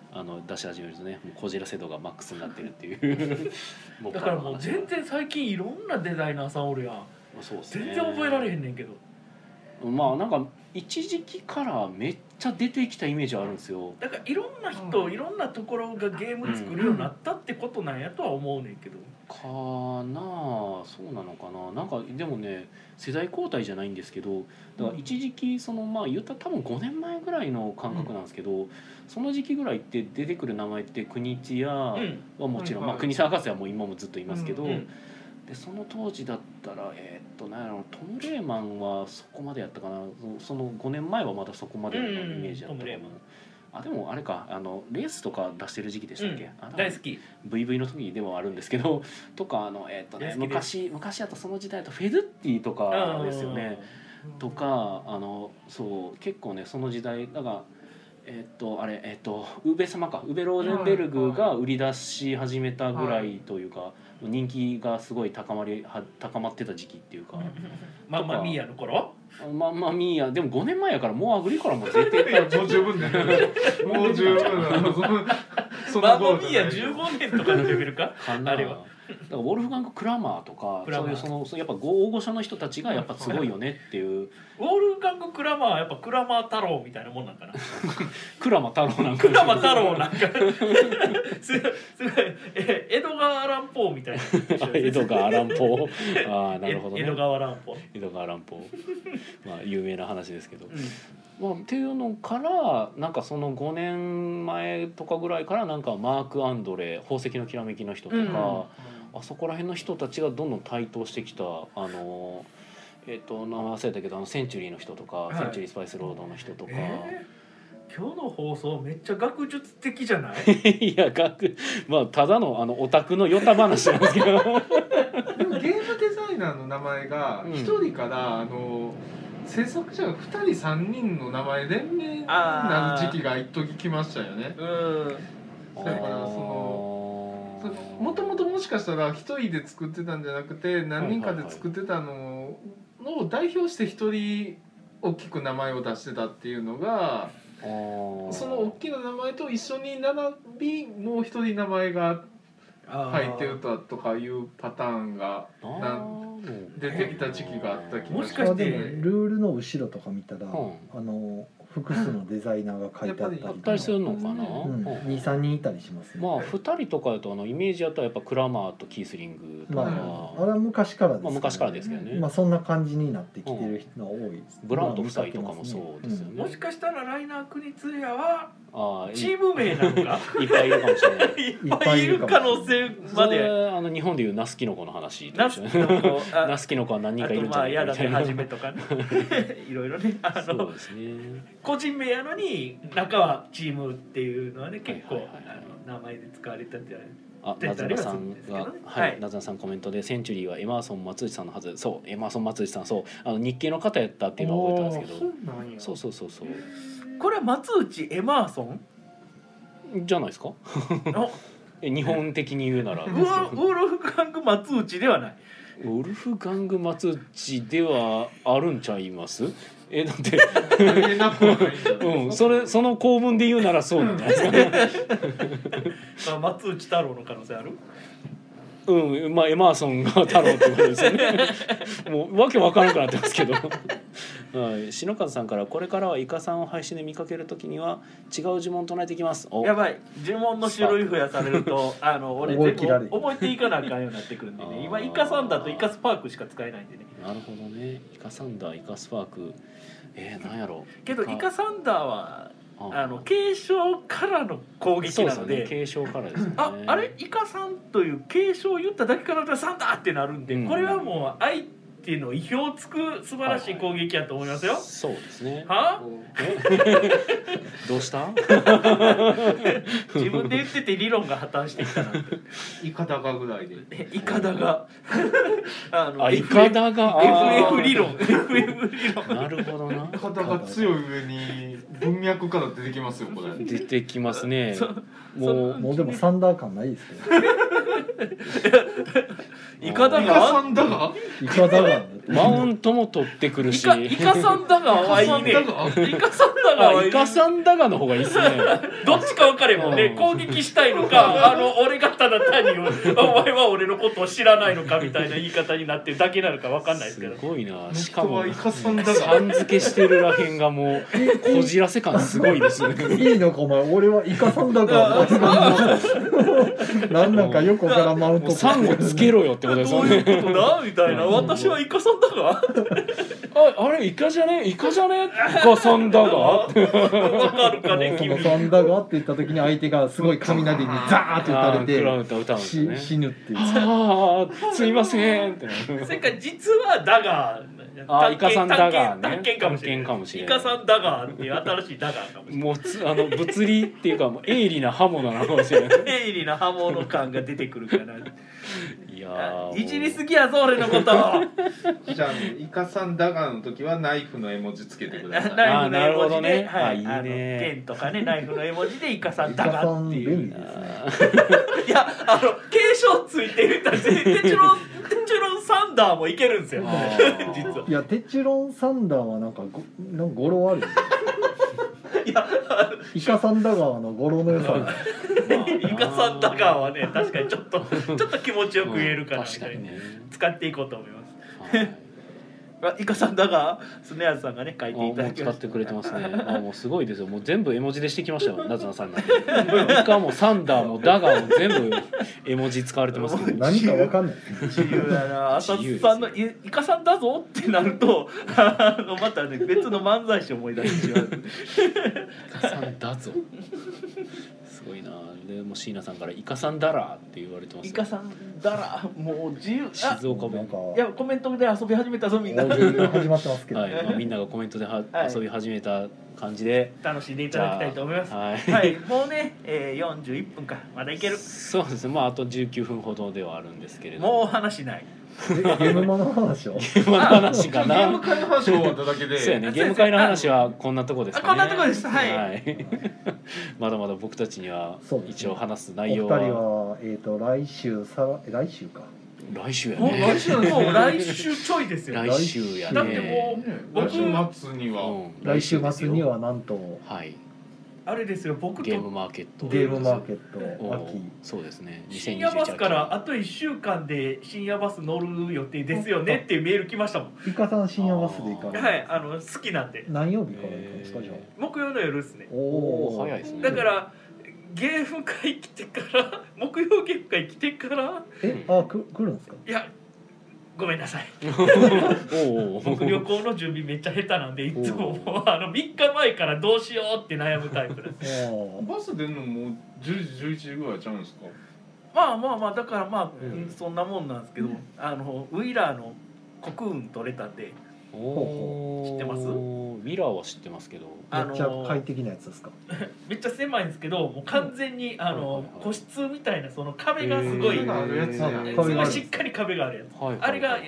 出し始めるとねもうこじらせ度がマックスになってるっていうだからもう全然最近いろんなデザイナーさんおるやん。 そうですね、 全然覚えられへんねんけど。 まあなんか一時期からめっちゃ出てきたイメージあるんですよ。 だからいろんな人、いろんなところがゲーム作るようになったってことなんやとは思うねんけど、 かなあ、そうなのかな。なんかでもね世代交代じゃないんですけど、だから一時期そのまあ言ったら多分5年前ぐらいの感覚なんですけど、その時期ぐらいって出てくる名前って国津屋はもちろん、まあ国津博士はもう今もずっといますけど、でその当時だったらなんやろトム・レーマンはそこまでやったかな。その5年前はまだそこまでのイメージだったかな。あでもあれかレースとか出してる時期でしたっけ、 大好き VV の時でもあるんですけどとか昔あとその時代だとフェドゥッティとかですよね、とかそう結構ねその時代だからウベ様かウベ・ローゼンベルグが売り出し始めたぐらいというか、人気がすごい高まってた時期っていうかマンマミーヤの頃マンマミーヤでも5年前やからもうアグリコラも絶対もう十分ねもう十分マンマミーヤ15年とかのレベルかあれはだからウォルフガング・クラマーとかそういうやっぱ大御所の人たちがやっぱすごいよねっていうウォルフガング・クラマーはやっぱクラマー太郎みたいなもんなんかなクラマ太郎なんかクラマ太郎なんかすごい江戸川乱歩みたいな江戸川乱歩ああなるほどね江戸川乱歩まあ有名な話ですけど、まあ、っていうのからなんかその5年前とかぐらいからなんかマーク・アンドレ宝石のきらめきの人とか、あそこら辺の人たちがどんどん台頭してきた名前忘れたけどセンチュリーの人とか、センチュリー・スパイス・ロードの人とか、 今日の放送めっちゃ学術的じゃないいやまあただのオタクのヨタ話なんですけどでもゲームデザイナーの名前が1人から制作者が2人3人の名前連名になる時期が一時来ましたよね。だからもともともしかしたら1人で作ってたんじゃなくて何人かで作ってたのを代表して1人大きく名前を出してたっていうのがその大きな名前と一緒に並びもう1人名前が入ってるとかいうパターンが出てきた時期があった気がします。 でもルールの後ろとか見たら、複数のデザイナーが書いてあったりするのかな、 2、3人いたりしますね。 まあ2人とかだとイメージだとやっぱクラマーとキースリングとか、 あれは昔からですけど、 昔からですけどね、 そんな感じになってきてる人が多いですね。 ブラウンと夫妻とかもそうですよね。 もしかしたらライナー国津屋はチーム名なのかいっぱいいるかもしれないいっぱいいる可能性まで日本でいうナスキノコの話ナスキノコナスキノコは何人かいるんじゃないかみたいな。 はじめとかねいろいろねそうですね。 個人名やのに中はチームっていうのはね結構名前で使われたんじゃない。 ナズナさんが、ナズナさんコメントでセンチュリーはエマーソン松内さんのはず。そうエマーソン松内さん、そう日系の方やったっていうのは覚えてたんですけど、そうこれは松内エマーソンじゃないですか日本的に言うならウォルフガング松内ではない。 ウルフガング松内ではあるんちゃいます？だってその構文で言うならそうなんじゃないですか松内太郎の可能性ある？ まあエマーソンが太郎ってことですよねもうわけわからなくなってますけど篠和さんからこれからはイカさんを配信で見かけるときには違う呪文唱えていきます。 やばい、呪文の種類増やされると俺全部覚えていかなあかんようになってくるんでね今イカサンダーとイカスパークしか使えないんでね。 なるほどね。イカサンダーイカスパークなんやろけどイカサンダーは継承からの攻撃なので、 継承からですね。 あれイカさんという継承を言っただけからサンダーってなるんで、これはもう相手の意表をつく素晴らしい攻撃やと思いますよ。 そうですね。どうした自分で言ってて理論が破綻してきたなイカダガぐらいでイカダガイカダガ FF 理論 FF 理論なるほどな。 イカダが強い上に文脈から出てきますよこれ。 出てきますね。 もうでもサンダー感ないですけどイカだイカがさんだがイカだがマウントも取ってくるし、 イカさんだがはいいね。イカさんだがはいい。 イカさんだがの方がいいっすね。 どっちか分かればね、攻撃したいのか、俺がただ単にお前は俺のことを知らないのかみたいな言い方になってるだけなのか分かんないですけど。 すごいな。しかもイカさんだがさん付けしてるらへんがもうこじらせ感すごいですね。 いいのかお前、俺はイカさんだがなんかよくわからんマウントサンゴつけろよってことですよね。 どういうことだみたいな。私はイカさんだがあれイカじゃねイカさんだが分かるかね君。 イカさんだがって言った時に相手がすごい雷にザーって打たれて歌うんですね。 死ぬっていう。 ああすいませんってなる。 それから実はだがイカさんだがね。 探検かもしれない。イカさんだがっていう新しいだがかもしれない。 もう物理っていうかもう鋭利な刃物なのかもしれない。 鋭利な刃物感が出てくるからいやいじりすぎやぞ俺のこと。 じゃあイカさんだがの時はナイフの絵文字つけてください。 ナイフの絵文字で、 はい、 ペンとかねナイフの絵文字でイカさんだがっていう。 便利ですね。 いや継承ついてるからテチュロンサンダーもいけるんですよ実は。 いやテチュロンサンダーはなんか語呂あるよ。 いやイカサンダ川の語呂の良さがイカサンダ川はね確かにちょっと気持ちよく言えるからみたいな、使っていこうと思います。イカさんだがスネアズさんがね書いていただきました。 使ってくれてますね。もうすごいですよ。もう全部絵文字でしてきましたよ。ナズナさんが。イカもサンダーもダガーも全部絵文字使われてますけど。 何かわかんない。 自由だな。浅津さんのイカさんだぞってなるとまたね別の漫才師を思い出してしまう。 イカさんだぞ。すごいな。でも椎名さんからイカさんだらって言われてます。 イカさんだらもう自由。 静岡弁か。 いやコメントで遊び始めたぞみんな。 始まってますけど。 はい。みんながコメントで遊び始めた感じで楽しんでいただきたいと思います。 はい。 はい。もうね、41分かまだいける。 そうですね。あと19分ほどではあるんですけれどもう話ない。 ゲームマの話を。 ゲームの話かな。 ゲーム会の話を終わっただけで。 そうやね。ゲーム会の話はこんなとこですかね。 こんなとこです。はい。 まだまだ僕たちには一応話す内容は。お二人は来週か。 来週やね。もう来週ちょいですよ。 来週やね。 だってもう来週末には。 来週末にはなんと。 はい。 あれですよ僕とゲームマーケット秋。 そうですね。 深夜バスからあと1週間で深夜バス乗る予定ですよねっていうメール来ましたもん。 イカさん深夜バスで行かない。はい、好きなんで。 何曜日から行くんですかじゃあ。 木曜の夜ですね。 おお早いですね。 だからゲーム会来てから木曜ゲーム会来てから。 来るんですか。 いや。ごめんなさい。僕旅行の準備めっちゃ下手なんでいつも3日前からどうしようって悩むタイプです。 バス出るのもう10時11時ぐらいちゃうんですか。 まあだからそんなもんなんですけど、ウィラーのコクーン取れたんで。知ってます？ ウィラーは知ってますけど。 めっちゃ快適なやつですか。 めっちゃ狭いんですけど、もう完全に個室みたいなその壁がすごい、すごいしっかり壁があるやつ。あれが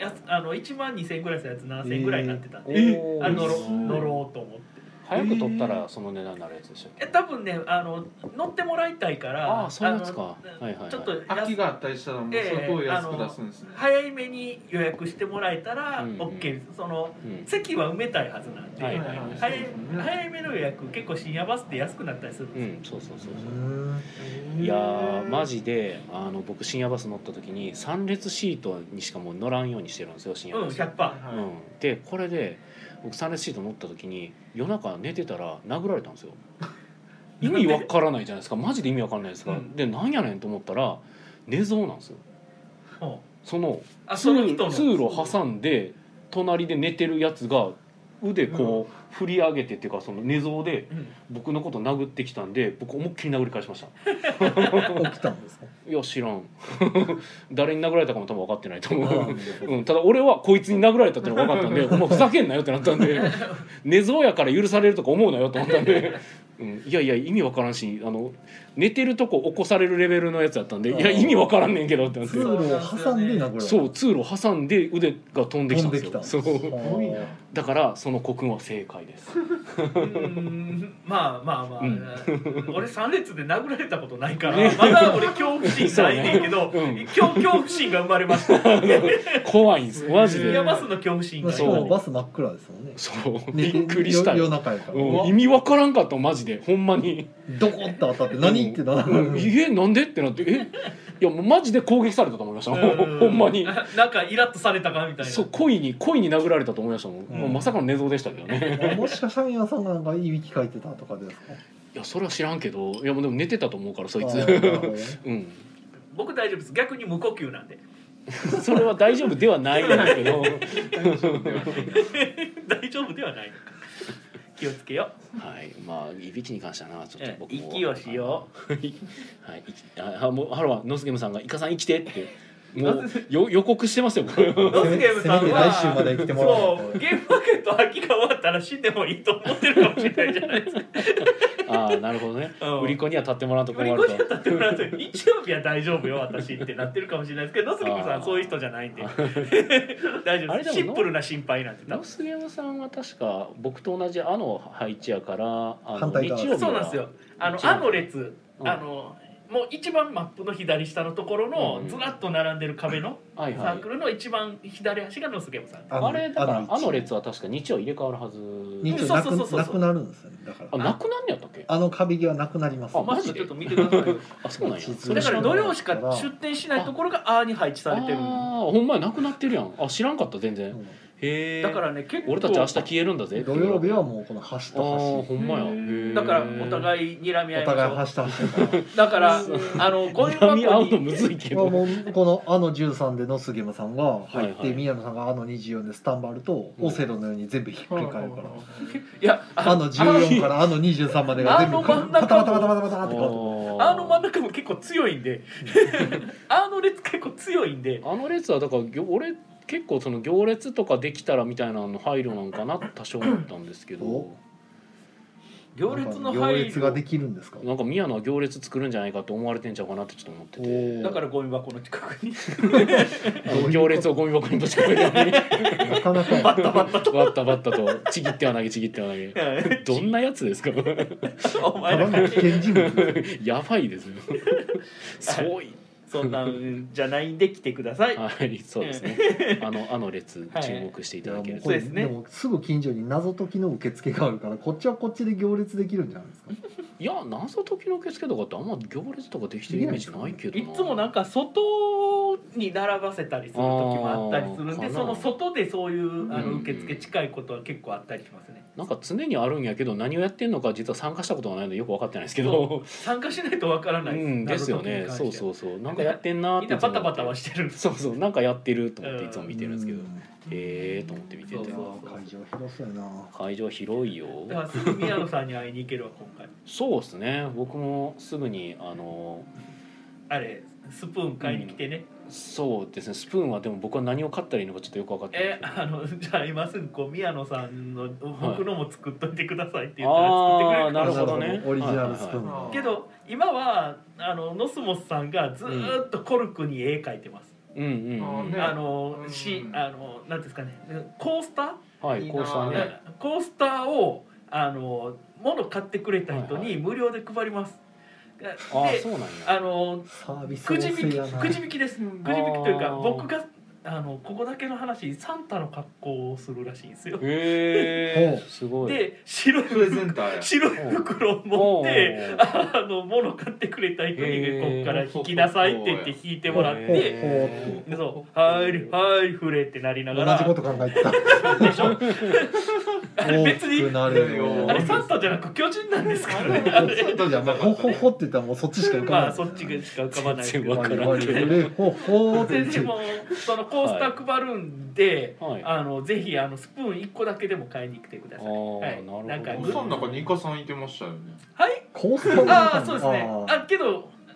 12000円ぐらいするやつ7000円ぐらいになってたんで、乗ろうと思って。 早く取ったらその値段になるやつでしたっけ？ 多分ね乗ってもらいたいからそういうやつか。 ちょっと空きがあったりしたらもうすごい安く出すんですね。 早めに予約してもらえたら OK。その席は埋めたいはずなんで早めの予約結構深夜バスで安くなったりするんですよ。 そういやマジで僕深夜バス乗った時に3列シートにしかもう乗らんようにしてるんですよ深夜バス。 100%。 でこれで僕3列シート乗った時に夜中寝てたら殴られたんですよ。意味わからないじゃないですか。マジで意味わからないですか。でなんやねんと思ったら寝相なんですよ。その通路挟んで隣で寝てるやつが腕こう振り上げてっていうかその寝相で僕のこと殴ってきたんで僕思いっきり殴り返しました。 起きたんですか？ いや知らん。誰に殴られたかも多分分かってないと思う。ただ俺はこいつに殴られたってのが分かったんで、お前ふざけんなよってなったんで、寝相やから許されるとか思うなよと思ったんで、 いやいや意味わからんし寝てるとこ起こされるレベルのやつだったんでいや意味わからんねんけどってなって、 通路を挟んで殴られた。 そう通路挟んで腕が飛んできたんですよ。そうあだからその古訓は正解です。 まあ、俺3列で殴られたことないからまだ俺恐怖心ないねんけど、恐怖心が生まれました怖いんですマジで。 いやバスの恐怖心が。 しかもバス真っ暗ですもんね。 そうびっくりしたよ。 夜中やから。 意味わからんかったマジでほんまに。 どこって当たって何ってなる。 なんでってなっていやもうマジで攻撃されたと思いましたほんまに。 なんかイラッとされたかみたいな。 そう恋に殴られたと思いましたもん。もうまさかの寝相でしたけどね。 もしかしたら皆さんがなんかいびきかいてたとかですか。 いやそれは知らんけどいやもうでも寝てたと思うからそいつ。 僕大丈夫です。逆に無呼吸なんで。 それは大丈夫ではないんだけど大丈夫ではないのか。気をつけよう。 はいまあいびきに関してはなちょっと僕も息をしよう。 はいもうハロワノスゲムさんがイカさん生きてってもう予告してますよ。ノスゲムさんは来週まで生きてもらおう。 そうゲームマーケット秋が終わったら死んでもいいと思ってるかもしれないじゃないですか。 ああなるほどね。売り子には立ってもらうと困ると。 売り子には立ってもらうと日曜日は大丈夫よ私ってなってるかもしれないですけどノスゲムさんそういう人じゃないんで大丈夫です。シンプルな心配なんて。 ノスゲムさんは確か僕と同じの配置やから日曜日はそうなんですよ。の列もう一番マップの左下のところのずらっと並んでる壁のサークルの一番左端がノスゲムさん。 あれだからの列は確か日曜入れ替わるはず。 日曜なくなるんですよね。だからなくなんねやったっけ。 壁際なくなります。 マジでちょっと見てください。 そうなんや。 だから土曜しか出店しないところがに配置されてる。 ほんまやなくなってるやん。知らんかった全然。 だからね結構俺たち明日消えるんだぜ。 土曜日はもうこの端と端。 ほんまや。 だからお互い睨み合いましょう。 お互い端と端だからゴミ箱に合うのむずいけど。 もうこの13でノスゲムさんが入って宮野さんが24でスタンバるとオセロのように全部ひっくり返るから。 いや 14から23までが全部パタパタパタパタパタって変わって真ん中も結構強いんで列結構強いんで列はだから俺結構その行列とかできたらみたいなの配慮なんかな多少思ったんですけど行列ができるんですか。 なんか宮野は行列作るんじゃないかと思われてんちゃうかなってちょっと思ってて。 だからゴミ箱の近くに行列をゴミ箱にぶち込むようになかなかバッタバッタとちぎっては投げちぎっては投げどんなやつですかお前ら危険人物やばいですよそうそんなんじゃないんで来てください。 はいそうですね。列注目していただけると。 そうですね。でもすぐ近所に謎解きの受付があるからこっちはこっちで行列できるんじゃないですか。 いや謎解きの受付とかってあんま行列とかできてるイメージないけどな。 いつもなんか外に並ばせたりする時もあったりするんでその外でそういう受付近いことは結構あったりしますね。 なんか常にあるんやけど何をやってんのか実は参加したことがないのでよく分かってないですけど参加しないと分からないですよね。そうなんかやってんなってみんなバタバタはしてる。 そうなんかやってると思っていつも見てるんですけどと思って見てて会場広そうやな。 会場広いよ。 だからすぐ宮野さんに会いに行けるわ今回。 そうですね。僕もすぐにあれスプーン買いに来てね。 そうですね。スプーンはでも僕は何を買ったらいいのかちょっとよく分かってないじゃあ今すぐ宮野さんの僕のも作っといてくださいって言ったら作ってくれるから。 なるほどね。 オリジナルスプーン。 けど今はノスモスさんがずっとコルクに絵描いてます。なんですかねコースター。 はいコースターね。 コースターを物買ってくれた人に無料で配ります。 そうなんや。 くじ引きです。くじ引きというか僕がここだけの話サンタの格好をするらしいんですよ。 すごい。 で白い袋を持って物買ってくれた人にここから引きなさいって言って引いてもらってそうはい触れってなりながら同じこと考えてたでしょ。別にあれサンタじゃなく巨人なんですからね。 サンタじゃほって言ったらもうそっちしか浮かばない。 そっちしか浮かばないけど。 でもそのコースター配るんで、ぜひスプーン1個だけでも買いに来てください。なんかコースターの中にイカさんいてましたよね。 はい。 コースターそうですね。けど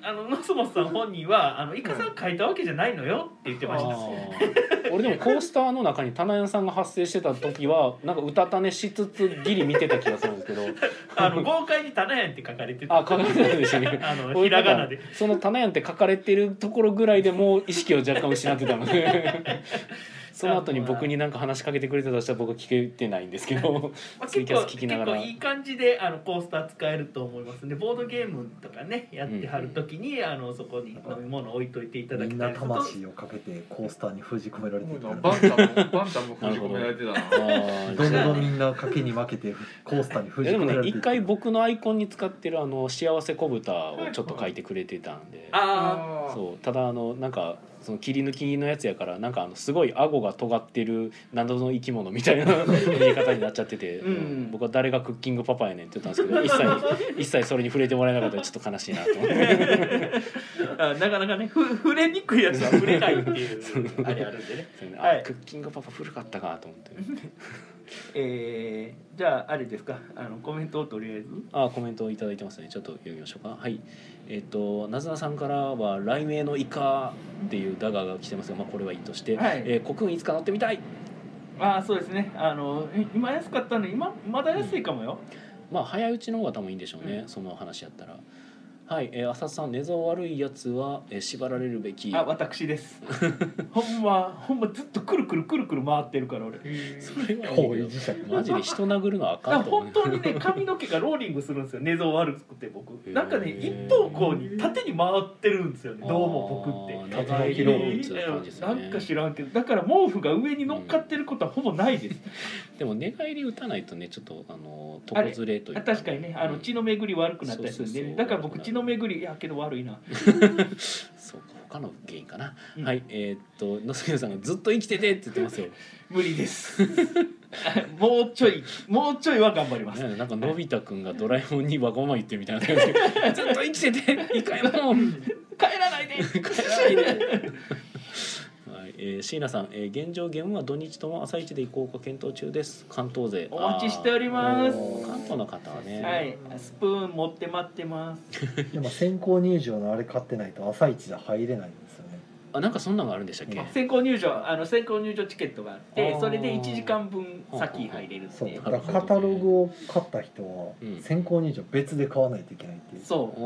ノスモスさん本人はイカさん書いたわけじゃないのよって言ってました。 俺でもコースターの中に棚屋さんが発生してた時はなんかうたた寝しつつギリ見てた気がするんですけど豪快に棚屋って書かれてた。 書かれてたんですよね。 ひらがなでその棚屋って書かれてるところぐらいでもう意識を若干失ってたのでその後に僕に何か話しかけてくれてたとしたら僕は聞けてないんですけどツイキャス聞きながら結構いい感じでコースター使えると思いますんでボードゲームとかねやってはる時にそこに飲み物置いといていただきたい。 みんな魂をかけてコースターに封じ込められてる。 バンタも封じ込められてたな。 どんどんみんな賭けに負けてコースターに封じ込められてる。 でもね一回僕のアイコンに使ってる幸せ小豚をちょっと書いてくれてたんで、そうただなんかその切り抜きのやつやからなんかすごい顎が尖ってる謎の生き物みたいな言い方になっちゃってて、僕は誰がクッキングパパやねんって言ったんですけど一切それに触れてもらえなかったらちょっと悲しいなと思ってなかなかね触れにくいやつは触れないっていうあれあるんでねクッキングパパ古かったかと思ってじゃああれですかコメントをとりあえずコメントをいただいてますね。ちょっと読みましょうか。はいなずなさんからは雷鳴のイカっていうダガーが来てますが、これはいいとして、コクンいつか乗ってみたい。 そうですね今安かったんで今まだ安いかもよ。 早いうちの方が多分いいんでしょうね、その話やったら。はい、浅田さん、寝相悪いやつは、縛られるべき。 私ですほんまずっとくるくる回ってるから俺。 それはマジで人殴るのあかんと思う。 本当にね髪の毛がローリングするんですよ。寝相悪くて僕なんかね一方向に縦に回ってるんですよね。どうも僕ってなんか知らんけど、だから毛布が上に乗っかってることはほぼないです。 でも寝返り打たないとねちょっと床ずれというか、 確かにね血の巡り悪くなったりするんで、だから僕血の巡りやけど悪いなそうか他の原因かな、はい野杉さんがずっと生きててって言ってますよ。 無理ですもうちょいは頑張ります。 なんかのび太くんがドラえもんにわがまま言ってるみたいな感じでずっと生きてていかんもん帰らないで帰らないで椎名さん、現状ゲームは土日とも朝一で行こうか検討中です。関東勢お待ちしております。 関東の方はね、 はい、スプーン持って待ってますでも先行入場のあれ買ってないと朝一じゃ入れないんですよね。 なんかそんなのがあるんでしたっけ。 先行入場チケットがあってそれで1時間分先入れるって。 そうだからカタログを買った人は先行入場別で買わないといけないっていう。 そう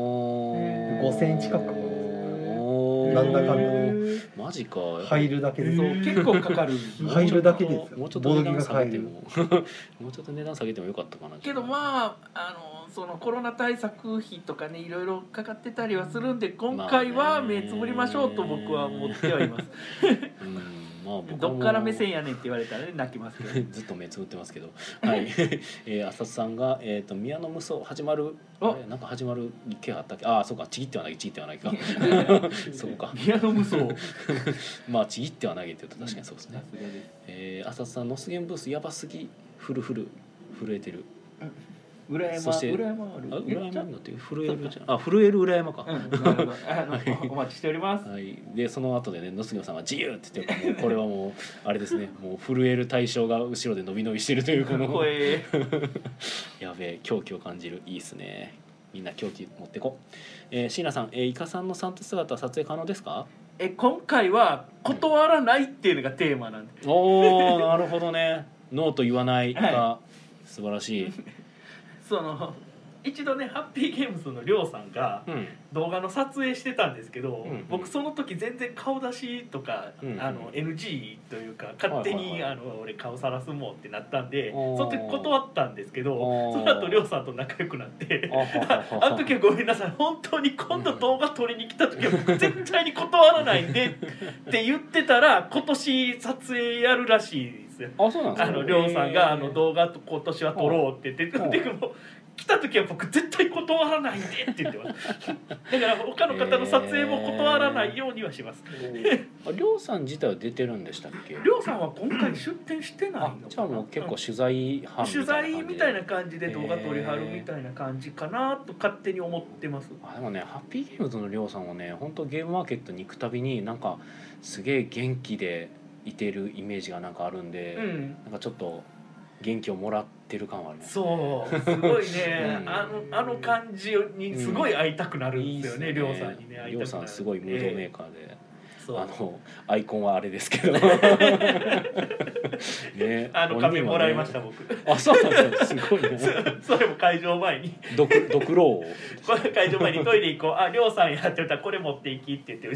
5000円近くなんだかんだね。 マジか。 入るだけで結構かかる。 入るだけですよ。 もうちょっと値段下げてももうちょっと値段下げてもよかったかな。 けどそのコロナ対策費とかねいろいろかかってたりはするんで今回は目つぶりましょうと僕は思ってはいますどっから目線やねんって言われたらね泣きますけどずっと目つぶってますけどはい浅田さんが宮の無双始まるなんか始まる気があったっけ。そうかちぎってはないかそうか宮の無双ちぎってはないって言うと確かにそうですね。浅田さんのスゲンブースやばすぎ震えてる。そして裏山になって震えるじゃん。震える裏山か。 お待ちしております。 はい。でその後でね野杉さんが自由って言ってもうこれはもうあれですね。もう震える対象が後ろで伸び伸びしてるというこのやべえ狂気を感じる。いいですね。みんな狂気持ってこ。椎名さん、イカさんのサンタ姿撮影可能ですか。 今回は断らないっていうのがテーマなんで。 なるほどね。ノーと言わないが素晴らしい。 一度ねハッピーゲームズのりょうさんが動画の撮影してたんですけど、僕その時全然顔出しとか、NG というか勝手に、俺顔さらすもんってなったんでその時断ったんですけどその後りょうさんと仲良くなってあの時はごめんなさい本当に今度動画撮りに来た時は僕絶対に断らないんでって言ってたら今年撮影やるらしいですよ。 そうなんですか。 りょうさんが動画今年は撮ろうって言ってでも来た時は僕絶対断らないんでって言ってますだから他の方の撮影も断らないようにはしますりょうさん自体は出てるんでしたっけ。 りょうさんは今回出展してないのかな。 じゃあもう結構取材班取材みたいな感じで動画撮りはるみたいな感じかなと勝手に思ってます。 でもねハッピーゲームズのりょうさんはね本当ゲームマーケットに行くたびになんかすげえ元気でいてるイメージがなんかあるんで、なんかちょっと元気をもらってる感はあります。 そうすごいね、あの感じにすごい会いたくなるんですよね、りょうさんにね。 りょうさんすごいムードメーカーで、アイコンはあれですけどね、 紙もらいました僕。 あ、そうなんですか、すごいね。 それも会場前にドクロを会場前にトイレ行こう、あ、りょうさんやって言ったらこれ持っていきって言って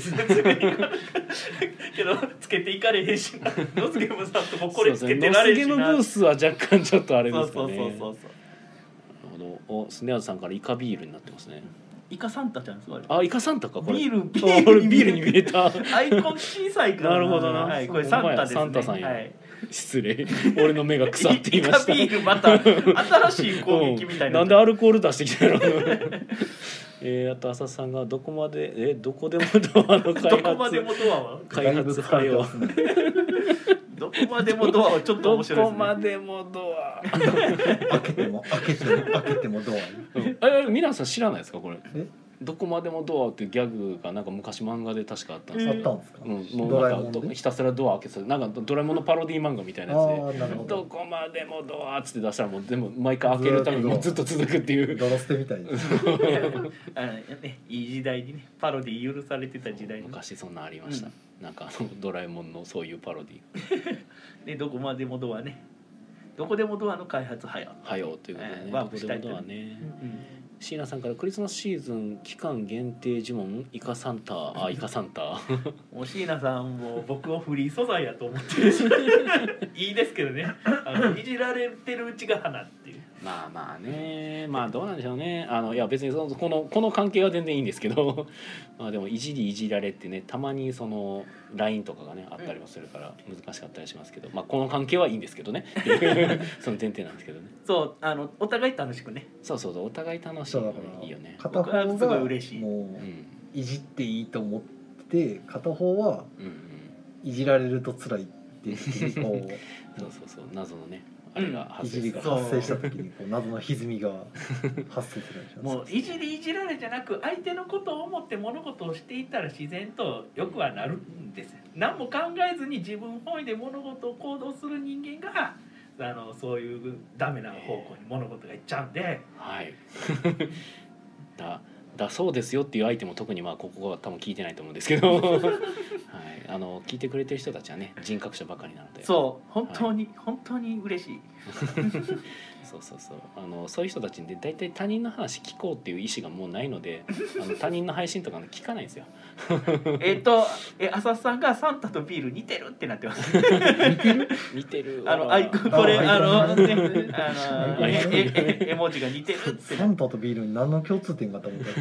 けどつけていかれへんしな、ノスゲームさんともこれつけてられへんしな。 ノスゲームブースは若干ちょっとあれですかね。 そうなるほど。お、スネアズさんからイカビールになってますね。 イカサンタちゃんですか。 あ、イカサンタかこれ。 ビールに見えた。 アイコン小さいから。なるほどな。 はい、これサンタですね。 サンタさんや。失礼。俺の目が腐っていました。 イカビールまた新しい攻撃みたいな。 なんでアルコール出してきたの。あと浅田さんがどこまでどこでもドアの開発。 どこまでもドアは開発派よ。 どこまでもドアはちょっと面白いですね。 どこまでもドア。 開けてもドア。 皆さん知らないですかこれ。 え？ どこまでもドアっていうギャグがなんか昔漫画で確かあったんですけど、 あったんですか？ もうなんかひたすらドア開けてなんかドラえもんのパロディ漫画みたいなやつで、どこまでもドアっつって出したらもうでも毎回開けるためにもうずっと続くっていうドロステみたいです。 いい時代にねパロディ許されてた時代に昔そんなありました。なんかドラえもんのそういうパロディでどこまでもドアね、どこでもドアの開発はよということでね、 ワープしたいとドアね。椎名さんからクリスマスシーズン期間限定呪文イカサンタ。イカサンタもう椎名さんも僕をフリー素材やと思ってるしいいですけどね、いじられてるうちが花っていう。 まあね、まあどうなんでしょうね。いや別にこの関係は全然いいんですけどまあでもいじられってね、たまにその LINE とかがねあったりもするから難しかったりしますけど、まあこの関係はいいんですけどねその前提なんですけどね。 そうお互い楽しくね。 そうお互い楽しいのがいいよね。 片方がもういじっていいと思って片方はいじられると辛いっていうこうそう謎のねあれがいじりが発生した時にこう謎の歪みが発生するんでしょう。 もういじられじゃなく相手のことを思って物事をしていったら自然とよくはなるんですよ。何も考えずに自分本位で物事を行動する人間がそういうダメな方向に物事がいっちゃうんで、 はいだそうですよっていう相手も特にまあここは多分聞いてないと思うんですけど、はい、聞いてくれてる人たちはね人格者ばかりなので、 そう本当に嬉しいそういう人たちで大体他人の話聞こうっていう意思がもうないので他人の配信とか、ね、聞かないんですよ浅田さんがサンタとビール似てるってなってます似てるこれ絵文字が似てるってサンタとビールに何の共通点があったのか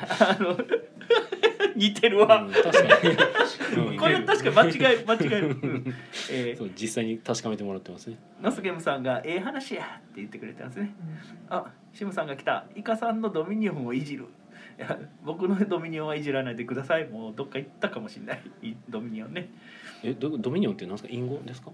似てるわ、 確かにこれは確かに間違いる、 そう実際に確かめてもらってますね。 ナスゲームさんが話やって言ってくれたんですね、シムさんが来た、イカさんのドミニオンをいじる。いや僕のドミニオンはいじらないでください。もうどっか行ったかもしれないドミニオンね。 ドミニオンって何ですか？隠語ですか？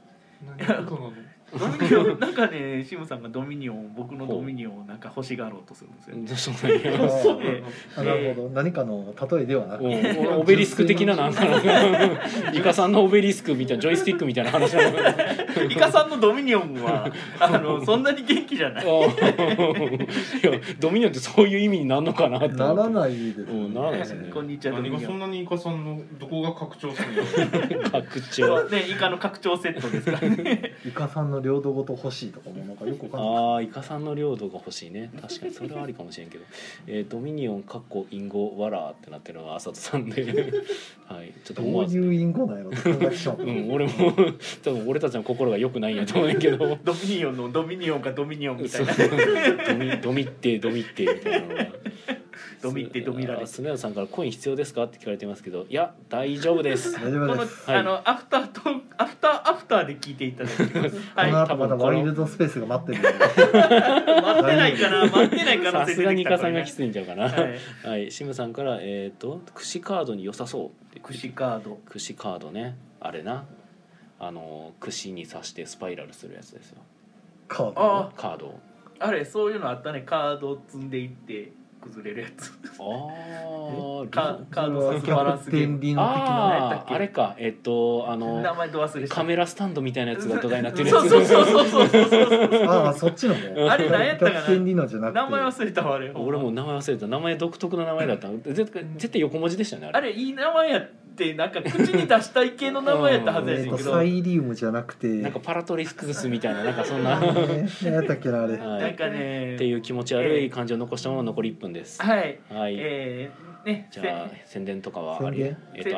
ドミニオンなんかね、シムさんがドミニオン、僕のドミニオンをなんか欲しがろうとするんですよ。 なるほど、何かの例えではなくオベリスク的ななんかイカさんのオベリスクみたいなジョイスティックみたいな話なの。 イカさんのドミニオンはそんなに元気じゃない。いやドミニオンってそういう意味になるのかなって。 ならないですね。 ならないですね。 こんにちは。 何がそんなにイカさんのどこが拡張するの？ 拡張。 ね、イカの拡張セットですからね。 イカさんの領土ごと欲しいとかもなんかよくわかんない。 イカさんの領土が欲しいね。確かにそれはありかもしれんけど、ドミニオン隠語わらってなってるのは浅田さんで、はい、ちょっとどういう隠語なんやろって考えてしまった。 俺も多分俺たちの心が良くないんやと思うんやけど、 ドミニオンのドミニオンがドミニオンみたいな。 ドミってみたいなのが。 ドミってドミられ。 スネアさんからコイン必要ですかって聞かれてますけど、いや大丈夫です。 大丈夫です。 アフターで聞いていただきます。 はい。まだワイルドスペースが待ってる。 待ってないかな。 さすがにイカさんがきついんちゃうかな。はい。シムさんから串カードに良さそう。 串カードね。あれな。串に刺してスパイラルするやつですよ。 カード。 カード。 あれそういうのあったね。カードを積んでいって。 崩れるやつああカードさすバランスゲーム逆転理論的なあれか名前ど忘れしたカメラスタンドみたいなやつが土台になってるやつそうああそっちの方あれ何やったかな逆転理論じゃなくて名前忘れたわあれ俺も名前忘れた名前独特の名前だった絶対横文字でしたねあれいい名前やってなんか口に出したい系の名前やったはずやねんけどサイリウムじゃなくてなんかパラトリスクスみたいななんかそんな何やったっけなあれなんかねっていう気持ち悪い感じを残したまま残り1分ですはいねじゃあ宣伝とかはあり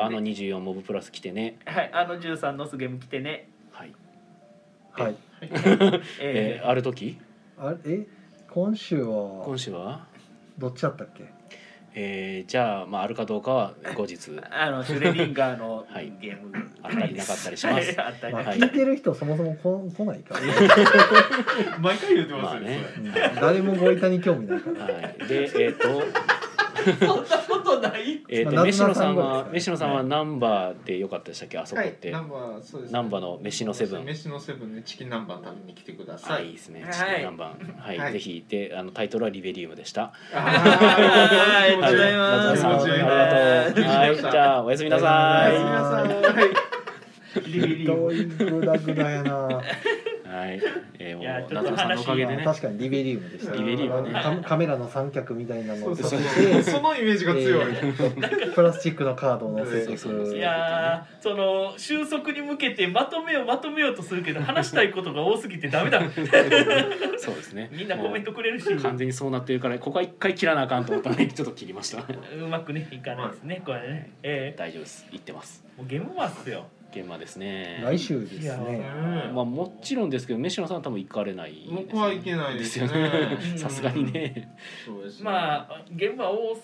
24モブプラス来てねはい13のスゲーム来てねはいある時今週はどっちだったっけじゃああるかどうかは後日シュレディンガーのゲームあったりなかったりします聞いてる人そもそも来ないから毎回言ってますよね誰もご板に興味ないからでそんなことない飯野さんはナンバーでよかったでしたっけあそこってナンバーそうですナンバーの飯のセブン飯のセブンでチキン南蛮食べに来てくださいいいですねチキン南蛮はいぜひでタイトルはリベリウムでしたありがとうございますありがとうはいじゃあおやすみなさいリベリウムグダグダやなはいもうちょっと夏さんのおかげでね確かにリベリウムでしたリベリウムねカメラの三脚みたいなのをそのイメージが強いプラスチックのカードを載せていくいやその収束に向けてまとめようとするけど話したいことが多すぎてダメだそうですねみんなコメントくれるし完全にそうなってるからここは一回切らなあかんと思ったのでちょっと切りましたうまくねいかないですねこれね大丈夫です言ってますもうゲームマスよ現場ですね来週ですねもちろんですけど飯野さんは多分行かれないですよね僕は行けないですねさすがにねそうですねまあ現場大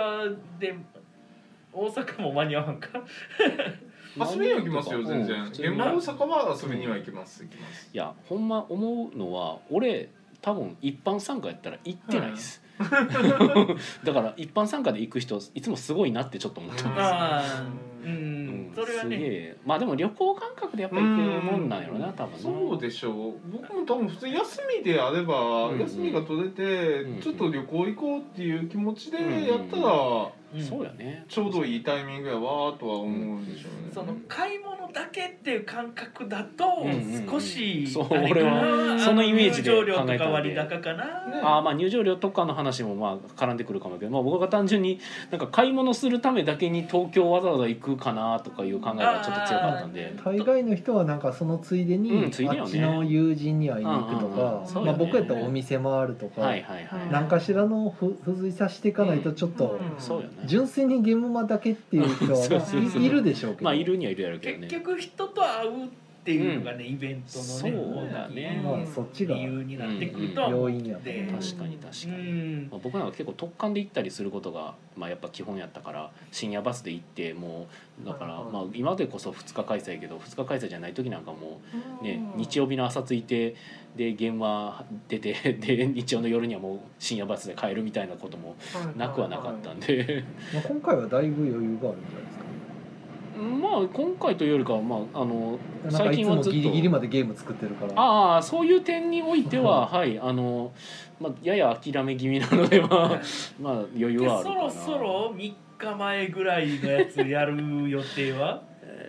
阪も間に合わんか遊びには行きますよ全然現場大阪は遊びには行きますいやほんま思うのは俺多分一般参加やったら行ってないです、だから一般参加で行く人いつもすごいなってちょっと思ったんですよそれはねでも旅行感覚でやっぱ行くもんなんやろな多分そうでしょう僕も多分普通休みであれば休みが取れてちょっと旅行行こうっていう気持ちでやったらそうやねちょうどいいタイミングやわとは思うんでしょうねその買い物だけっていう感覚だと少し俺はそのイメージで考えたんで入場料とか割高かな入場料とかの話も絡んでくるかもけど、僕が単純になんか買い物するためだけに東京わざわざ行くかなとかいう考えがちょっと強かったんで大概の人はなんかそのついでにあっちの友人に会いに行くとか僕やったらお店回るとか何かしらの付随させていかないとちょっと純粋にゲームマだけっていう人はいるでしょうけどいるにはいるやろうけどね結局人と会うっていうのがねイベントのねそうだねそっちが理由になってくると要因や確かに僕なんか結構特貫で行ったりすることがやっぱ基本やったから深夜バスで行ってもうだから今でこそ2日開催やけど2日開催じゃない時なんかもね日曜日の朝着いてで現場出てで日曜の夜にはもう深夜バスで帰るみたいなこともなくはなかったんで今回はだいぶ余裕があるんじゃないですか。 今回というよりかは最近はずっとギリギリまでゲーム作ってるからそういう点においてははいやや諦め気味なので余裕はあるかな。 そろそろ3日前ぐらいのやつやる予定は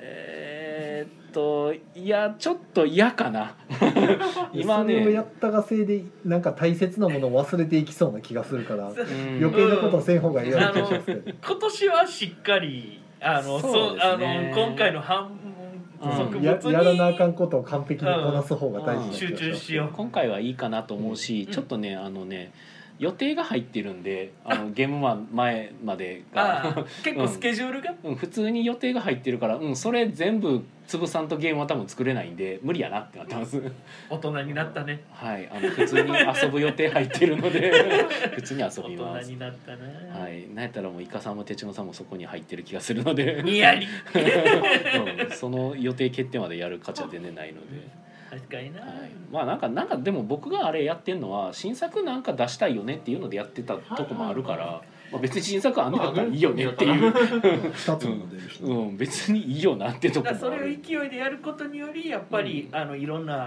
いやちょっと嫌かな今ねそれをやったがせいでなんか大切なものを忘れていきそうな気がするから余計なことはせん方がいいような気がしますけど今年はしっかり今回の半分やらなあかんことを完璧にこなす方が大事な集中しよう今回はいいかなと思うし、ちょっとね予定が入ってるんでゲームマン前までが結構スケジュールが、 普通に予定が入ってるからそれ全部潰さんとゲームは多分作れないんで無理やなってなってます大人になったねはい普通に遊ぶ予定入ってるので普通に遊びます大人になったなはいなんやったらもうイカさんもテチノさんもそこに入ってる気がするのでにやりその予定決定までやる価値は全然ないので確かにな、 なんかでも僕があれやってんのは新作なんか出したいよねっていうのでやってたとこもあるから、別に新作あんねやったらいいよねっていう 2つも出るし、 別にいいよなってとこもある。 それを勢いでやることによりやっぱり、いろんな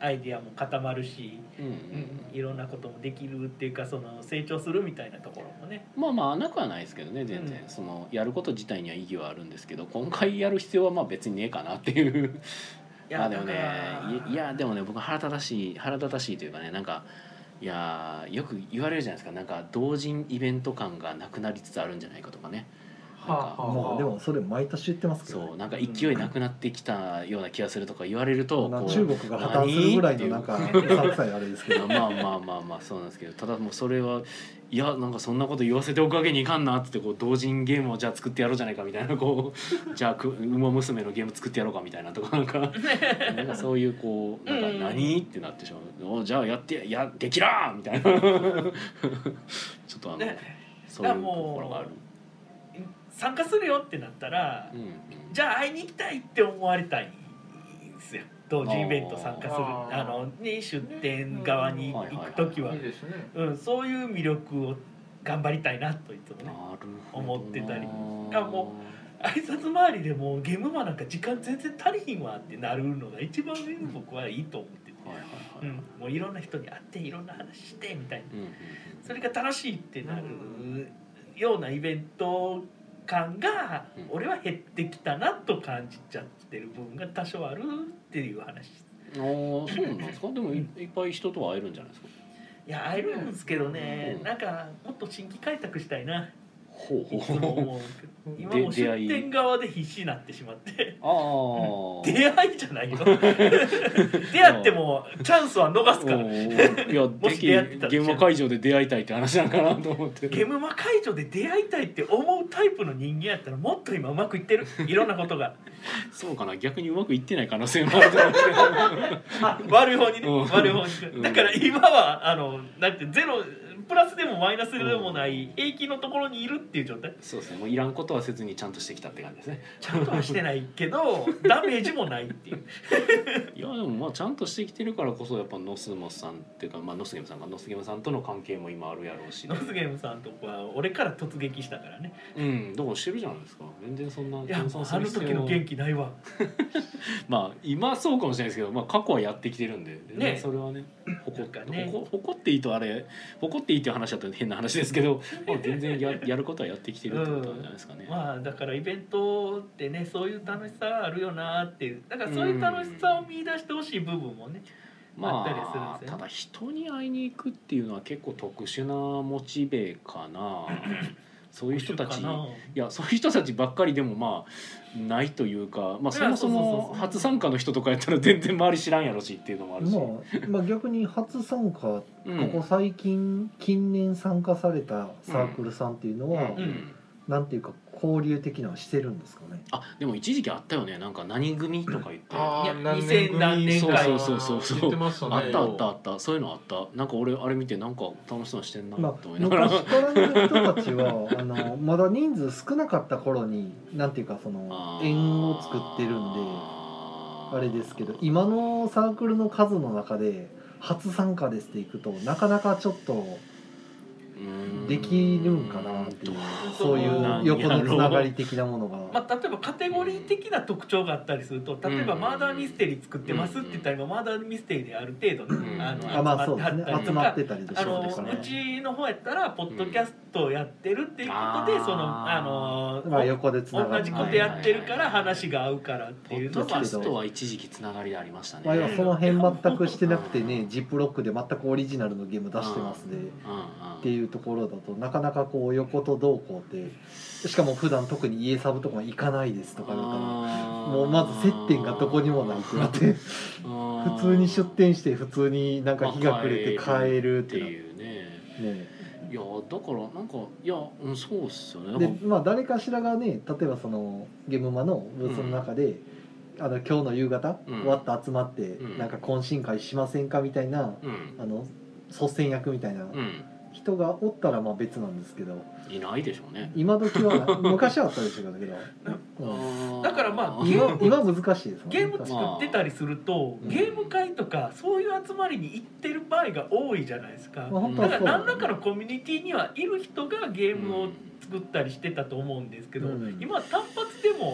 アイディアも固まるし、いろんなこともできるっていうかその成長するみたいなところもねまあなくはないですけどね全然、そのやること自体には意義はあるんですけど今回やる必要はまあ別にねえかなっていうまあでもねでもね僕腹立たしいというかねなんかいやよく言われるじゃないですかなんか同人イベント感がなくなりつつあるんじゃないかとかねなんかまあでもそれ毎年言ってますけど、ね、 そうなんか勢いなくなってきたような気がするとか言われると、 中国が破綻するぐらいのなんかうさんくさいあれですけどまあそうなんですけどただもうそれはいやなんかそんなこと言わせておくわけにいかんなってこう同人ゲームをじゃあ作ってやろうじゃないかみたいなこうじゃあ馬娘のゲーム作ってやろうかみたいなとかなんかそういうこうなんか何ってなってしまうじゃあやってできらーみたいなちょっとそういうところがある。 参加するよってなったら、じゃあ会いに行きたいって思われたいんですよ同時イベント参加する出店側に行く時は、そういう魅力を頑張りたいなといつもね思ってたりもう挨拶回りでもうゲームマなんか時間全然足りひんわってなるのが一番僕はいいと思ってて、もういろんな人に会っていろんな話してみたいな、それが楽しいってなるようなイベント感が俺は減ってきたなと感じちゃってる部分が多少あるっていう話。 そうなんですか。でもいっぱい人とは会えるんじゃないですか。 いや会えるんですけどね、なんかもっと新規開拓したいな。 いつも思う今も出店側で必死になってしまって出会いじゃないよ出会ってもチャンスは逃すからいやもし出会ってたらゲームマ会場で出会いたいって話なんかなと思ってゲームマ会場で出会いたいって思うタイプの人間やったらもっと今うまくいってるいろんなことがそうかな逆にうまくいってない可能性もあると思うけど悪い方にね悪い方にだから今はなんてゼロプラスでもマイナスでもない平均のところにいるっていう状態。 そうですね。もういらんことはせずにちゃんとしてきたって感じですね。 ちゃんとはしてないけどダメージもないっていう。 いやでもまあちゃんとしてきてるからこそやっぱノスモスさんっていうかノスゲームさんとの関係も今あるやろうし、 ノスゲームさんとは俺から突撃したからね。 どうしてるじゃないですか。全然そんな。いやもうあの時の元気ないわ。 まあ今そうかもしれないですけど、まあ過去はやってきてるんで、ね、それはね誇っていいとあれ誇っていいっていう話だと変な話ですけど、まあ、全然やることはやってきてるってことじゃないですかね。 まあだからイベントってねそういう楽しさがあるよなっていうだからそういう楽しさを見出してほしい部分もね、あったりするんですよね。 ただ人に会いに行くっていうのは結構特殊なモチベかなそういう人たちそういう人たちばっかりでもまあないというか、まあ、そもそも初参加の人とかやったら全然周り知らんやろしっていうのもあるし、 まあ逆に初参加ここ最近近年参加されたサークルさんっていうのは、なんていうか交流的なのしてるんですかね。 でも一時期あったよね。なんか何組とか言って 2000何年かそうあったそういうのあった。なんか俺あれ見てなんか楽しそうにしてんなと思いながら、 昔からの人たちはまだ人数少なかった頃になんていうかその縁を作ってるんであれですけど、今のサークルの数の中で初参加ですっていくとなかなかちょっとできるんかなっていう、そういう横のつながり的なものが、 まあ、例えばカテゴリー的な特徴があったりすると、例えばマーダーミステリー作ってますって言ったら今マーダーミステリーである程度ね集まってたりとかうちの方やったらポッドキャストをやってるっていうことで横でつなが同じことやってるから話が合うからっていうのはポッドキャストは一時期つながりでありましたね。 その辺全くしてなくてねジップロックで全くオリジナルのゲーム出してますでっていうところだとなかなかこう横と同行ってしかも普段特に家サブとか行かないですとかだからもうまず接点がどこにもないってなって普通に出店して普通になんか日が暮れて帰るっていうね。 いやだからなんかそうっすよね。 でまあ誰かしらがね例えばそのゲームマのブースの中で、今日の夕方、わっと集まって、なんか懇親会しませんかみたいな、率先役みたいな人がおったらまあ別なんですけど、 いないでしょうね。 今時は昔はあったでしょうけど、 だからまあ今難しいですもんね。 ゲーム作ってたりすると、ゲーム会とかそういう集まりに行ってる場合が多いじゃないですか。だから何らかのコミュニティにはいる人がゲームを作ったりしてたと思うんですけど、今単発でも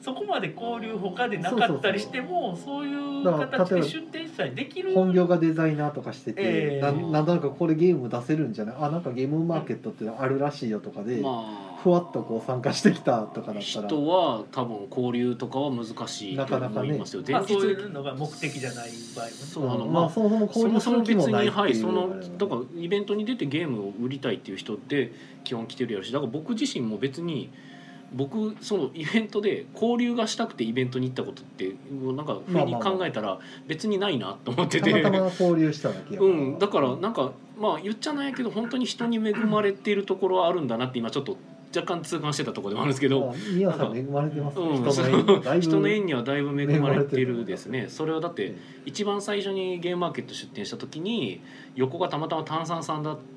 そこまで交流他でなかったりしてもそういう形で出展したりできる。 本業がデザイナーとかしてて、なんとなくこれゲーム出せるんじゃない、なんかゲームマーケットってあるらしいよとかで、ふわっとこう参加してきたとかだったら人は多分交流とかは難しいと思いますよ。 なかなかね、そういうのが目的じゃない場合も、 そうそもそも交流する気もないっていう、 そのだからイベントに出てゲームを売りたいっていう人って基本来てるやろし、だから僕自身も別にそのイベントで交流がしたくてイベントに行ったことってなんかふうに考えたら別にないなと思ってて、 たまたま交流しただけやから、 だからなんか言っちゃないけど本当に人に恵まれているところはあるんだなって今ちょっと若干痛感してたところでもあるんですけど、 宮さん恵まれてます、 人の縁にはだいぶ恵まれているですね。それはだって一番最初にゲームマーケット出店した時に横がたまたま炭酸さんだって、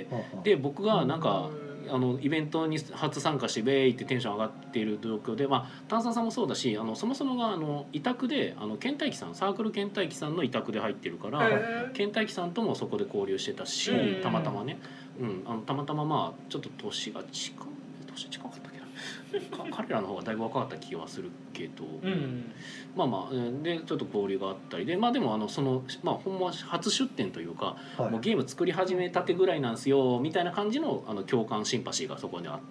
で僕がなんかイベントに初参加してベーイってテンション上がっている状況で、炭酸さんもそうだしそもそもが委託でケンタイキさんサークルケンタイキさんの委託で入ってるから、ケンタイキさんともそこで交流してたし、たまたまね、たまたまちょっと年近かったけど彼らの方がだいぶ若かった気はするけど、でちょっと交流があったりで、でもほんま初出展というか、もうゲーム作り始めたてぐらいなんですよみたいな感じの共感シンパシーがそこにあって、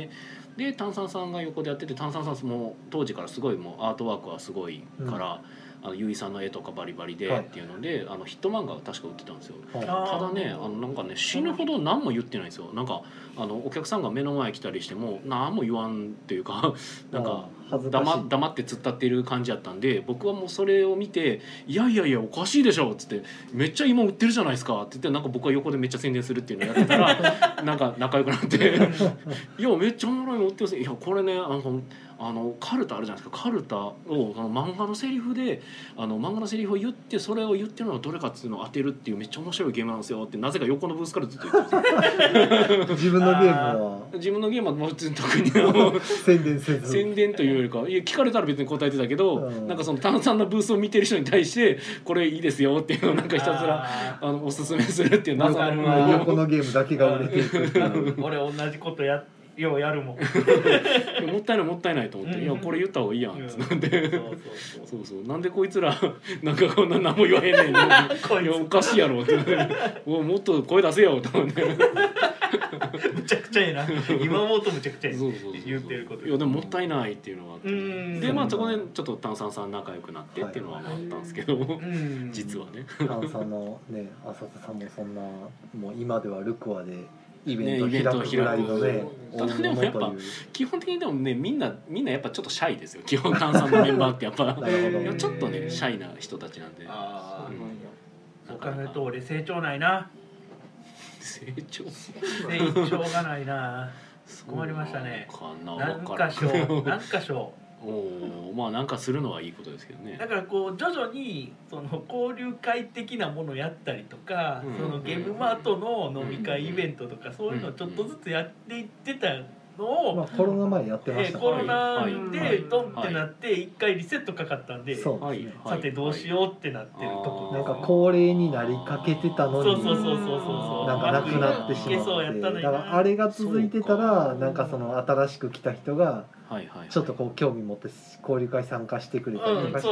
で炭酸さんが横でやってて、炭酸さんも当時からすごいもうアートワークはすごいから、ゆいさんの絵とかバリバリでっていうので、ヒット漫画が確か売ってたんですよ。ただねなんかね死ぬほど何も言ってないんですよ。なんかお客さんが目の前来たりしても何も言わんっていうかなんか黙って突っ立っている感じやったんで、僕はもうそれを見て「いやおかしいでしょ」っつって「めっちゃ今売ってるじゃないですか」って言って、なんか僕は横でめっちゃ宣伝するっていうのをやってたらなんか仲良くなって「いやめっちゃおもろいの売ってます」いやこれねカルタあるじゃないですか。カルタを漫画のセリフで漫画のセリフを言って、それを言ってるのはどれかっていうのを当てるっていうめっちゃ面白いゲームなんですよってなぜか横のブースからずっと言ってる自分のゲームは別に特に宣伝せず、 宣伝というよりか聞かれたら別に答えてたけど、なんかその炭酸のブースを見てる人に対してこれいいですよっていうのをなんかひたすらおすすめするっていう謎の横のゲームだけが売れていく俺同じことようやるもんもったいないと思って、いやこれ言った方がいいやんっつってそうなんでこいつらなんかこんな何も言わへんねんいやおかしいやろってもっと声出せよと思ってむちゃくちゃええな今思うとむちゃくちゃええ言ってること、 いやでももったいないっていうのがあって、でそこでちょっと炭酸さん仲良くなってっていうのはあったんですけど、実はね炭酸のね浅田さんもそんなもう今ではルクアでイベント開くぐらいのね、 ただでもやっぱ基本的にでもねみんなやっぱちょっとシャイですよ。基本炭酸のメンバーってやっぱちょっとねシャイな人たちなんで。 そう考えると俺成長ないな。成長がないな。困りましたね。なんかしょなんかするのはいいことですけどね。 だからこう徐々にその交流会的なものをやったりとか、そのゲームマートの飲み会イベントとかそういうのをちょっとずつやっていってたのを、 コロナ前やってました。 コロナでドンってなって一回リセットかかったんで、さてどうしようってなってるとこ。 なんか恒例になりかけてたのに、 そうなんかなくなってしまって、だからあれが続いてたらなんかその新しく来た人がちょっとこう興味持って交流会参加してくれたりとかして、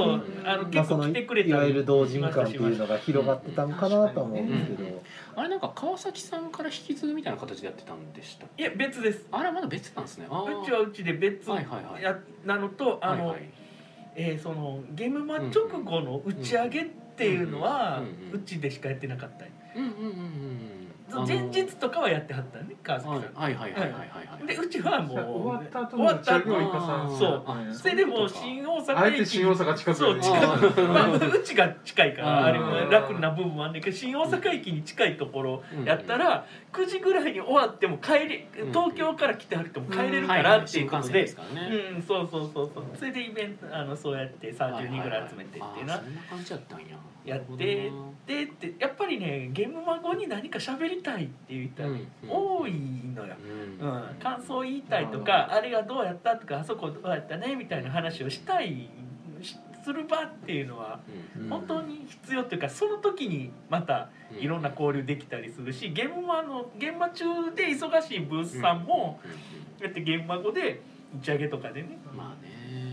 結構来てくれたり、 いわゆる同人館っていうのが広がってたのかなと思うんですけど、 あれなんか川崎さんから引き継ぐみたいな形でやってたんでした？ いや別です。 あれはまだ別なんですね。 うちはうちで別なのと、そのゲームマ直後の打ち上げっていうのはうちでしかやってなかったり。前日とかはやってはったね、川崎さん。でうちはもう終わった後の打ち上げを生かさん。 そう。それでも新大阪駅、 あえて新大阪近くに。 うちが近いからあれも楽な部分もあるんだけど、新大阪駅に近いところやったら9時ぐらいに終わっても東京から来てはる人も帰れるからっていうことで、そうそれでイベントそうやって30人ぐらい集めてっていうな。 そんな感じだったんや。 やってでってやっぱりねゲームマ後に何か喋りたいっていう人が多いのよ。感想言いたいとか、あれがどうやったとか、あそこどうやったねみたいな話をしたいする場っていうのは本当に必要っていうか、その時にまたいろんな交流できたりするし、現場中で忙しいブースさんもやって現場後で打ち上げとかでね。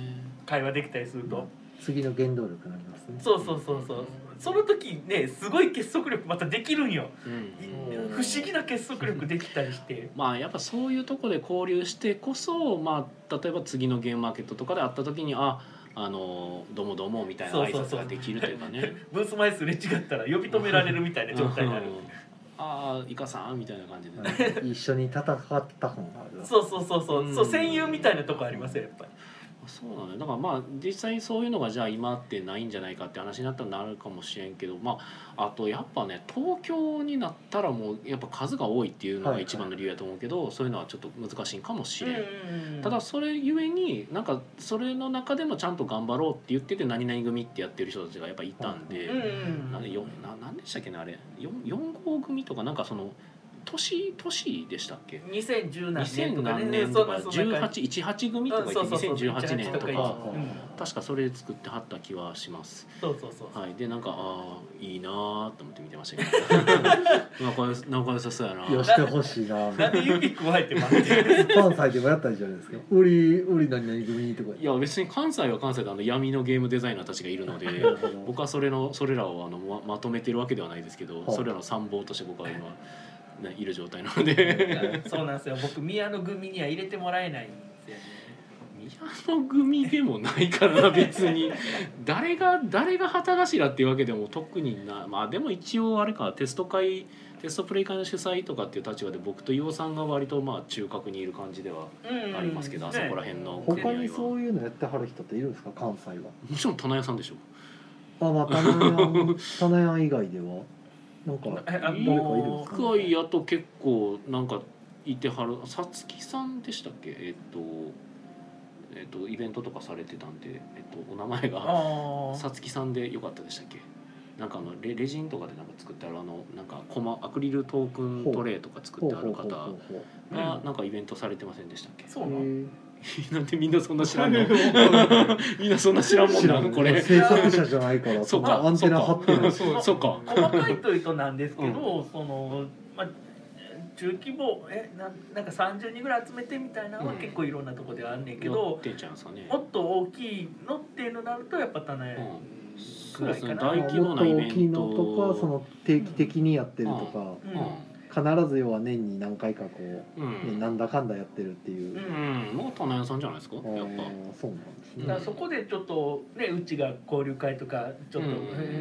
会話できたりすると、 次の原動力になりますね。 そうその時ねすごい結束力またできるんよ、不思議な結束力できたりしてまあやっぱそういうとこで交流してこそ、まあ、例えば次のゲームマーケットとかで会った時にどうもどうもみたいな挨拶ができるというかねブース前すれ違ったら呼び止められるみたいな状態になるああイカさんみたいな感じで、 一緒に戦った本がある。 そう戦友みたいなとこありますよやっぱり。 そうなんだよ。だからまあ実際そういうのがじゃあ今ってないんじゃないかって話になったらなるかもしれんけど、まああとやっぱね東京になったらもうやっぱ数が多いっていうのが一番の理由だと思うけど、そういうのはちょっと難しいかもしれん。ただそれゆえになんかそれの中でもちゃんと頑張ろうって言ってて何々組ってやってる人たちがやっぱいたんで、なんでしたっけねあれ4号組とかなんかその年でしたっけ 2010年とかね年とか18組とか言って2018年とか確かそれ作ってはった気はします。はいでなんかいいなと思って見てましたけど仲良さそうやな。 よしてほしいな。 なんで指加えて待って関西でもやったんじゃないですか。売り何々組とか。 いや別に関西は関西で闇のゲームデザイナーたちがいるので僕はそれらをまとめてるわけではないですけど、それらの参謀として僕は今いる状態なのでそうなんですよ。僕宮野組には入れてもらえないんですよね。 宮野組でもないからな別に誰が旗頭っていうわけでも特にな。まあでも一応あれかテストプレイ会の主催とかっていう立場で僕と伊尾さんが割とまあ中核にいる感じではありますけど、あそこら辺の他にそういうのやってはる人っているんですか関西は。 もちろん棚屋さんでしょ。 まあ棚屋以外ではなんか誰かいるんですかね。 以外やと結構なんかいてはる。さつきさんでしたっけイベントとかされてたんで、お名前がさつきさんでよかったでしたっけ。なんかレジンとかでなんか作ってあるなんかアクリルトークントレイとか作ってある方がなんかイベントされてませんでしたっけ。 そうなのなんでみんなそんな知らんのみんなそんな知らんもんなのこれ。 制作者じゃないからそうかアンテナ張ってない。 そうか細かいというとなんですけど、その中規模なんか30人ぐらい集めてみたいなのは結構いろんなところではあんねんけど、もっと大きいのっていうのになるとやっぱ棚屋くらいかな。 大規模なイベント大きいのとかその定期的にやってるとか、必ず要は年に何回かこう、なんだかんだやってるっていう。 もう棚屋さんじゃないですか。やっぱそうなんですね。 だからそこでちょっとねうちが交流会とかちょっと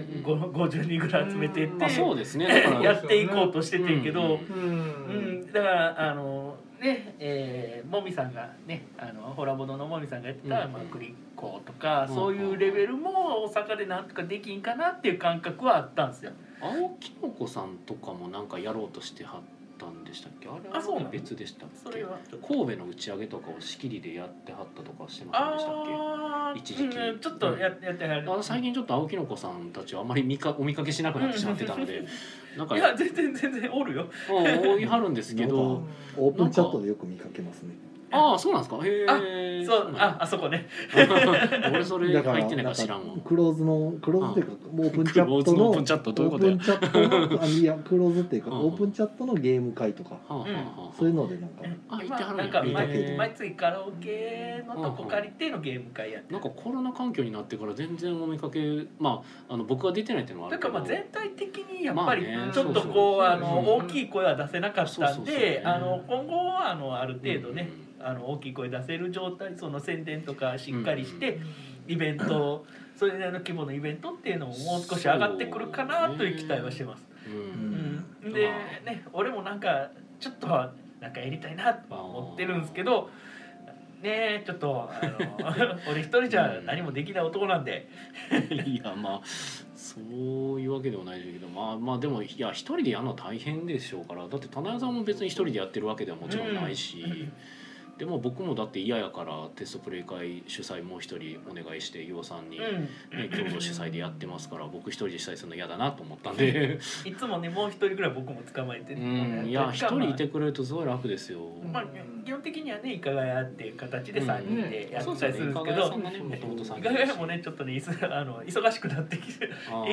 50人ぐらい集めてってそうですねやっていこうとしててんけど、だからもみさんがねホラボドのもみさんがやってたクリコとかそういうレベルも大阪でなんとかできんかなっていう感覚はあったんですよ。 青木の子さんとかもなんかやろうとしてはったんでしたっけ。あれは別でしたっけ。神戸の打ち上げとかを仕切りでやってはったとかしてませんでしたっけ一時期。 ちょっとやってはる。 最近ちょっと青木の子さんたちはあまりお見かけしなくなってしまってたのでなんかいや全然おるよ。 多いはるんですけどオープンチャットでよく見かけますね。 そうなんですか。へえ。 あそこね。 俺それ入ってないから知らんわ。 クローズっていうかオープンチャットのオープンチャットどういうことや。 オープンチャットのいやクローズっていうかオープンチャットのゲーム会とかそういうのでなんかなんか毎月カラオケのとこ借りてのゲーム会やって。 なんかコロナ環境になってから全然お見かけ僕が出てないっていうのはあるけど。 だから全体的にやっぱりちょっとこう大きい声は出せなかったんで今後はある程度ね。大きい声出せる状態その宣伝とかしっかりしてイベントそれなりの規模のイベントっていうのももう少し上がってくるかなという期待はしてます。でね俺もなんかちょっとなんかやりたいなとは思ってるんですけどねちょっと俺一人じゃ何もできない男なんでいやそういうわけではないですけどまあでもいや一人でやるのは大変でしょうから。だって棚屋さんも別に一人でやってるわけではもちろんないし。でも僕もだって嫌やからテストプレイ会主催もう一人お願いして伊尾さんに、共同主催でやってますから僕一人で主催するの嫌だなと思ったんでいつもねもう一人ぐらい僕も捕まえていや一人いてくれるとすごい楽ですよ。 基本的にはねいかがやっていう形で3人でやってたりするんですけどいかがやもねちょっとね忙しくなってきて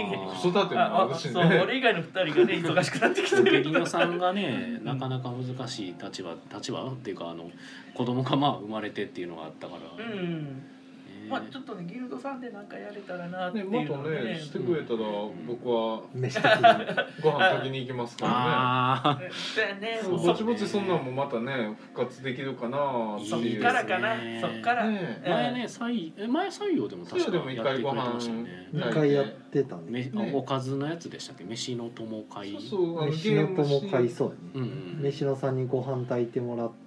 俺以外の2人がね忙しくなってきてるゲリノさんがねなかなか難しい立場っていうか子供が生まれてっていうのがあったから、 まあちょっとねギルドさんでなんかやれたらなっていうね、 のまたねしてくれたら僕は飯炊きにご飯炊きに行きますからあねぼちぼちそんなんもまたね復活できるかなってそっいうからかなそっからね前ね前採用でも確かやってくれてましたよね。 一回やってたね。 おかずのやつでしたっけ、飯の友会。 飯の友会、そうやね、飯野さんにご飯炊いてもらって、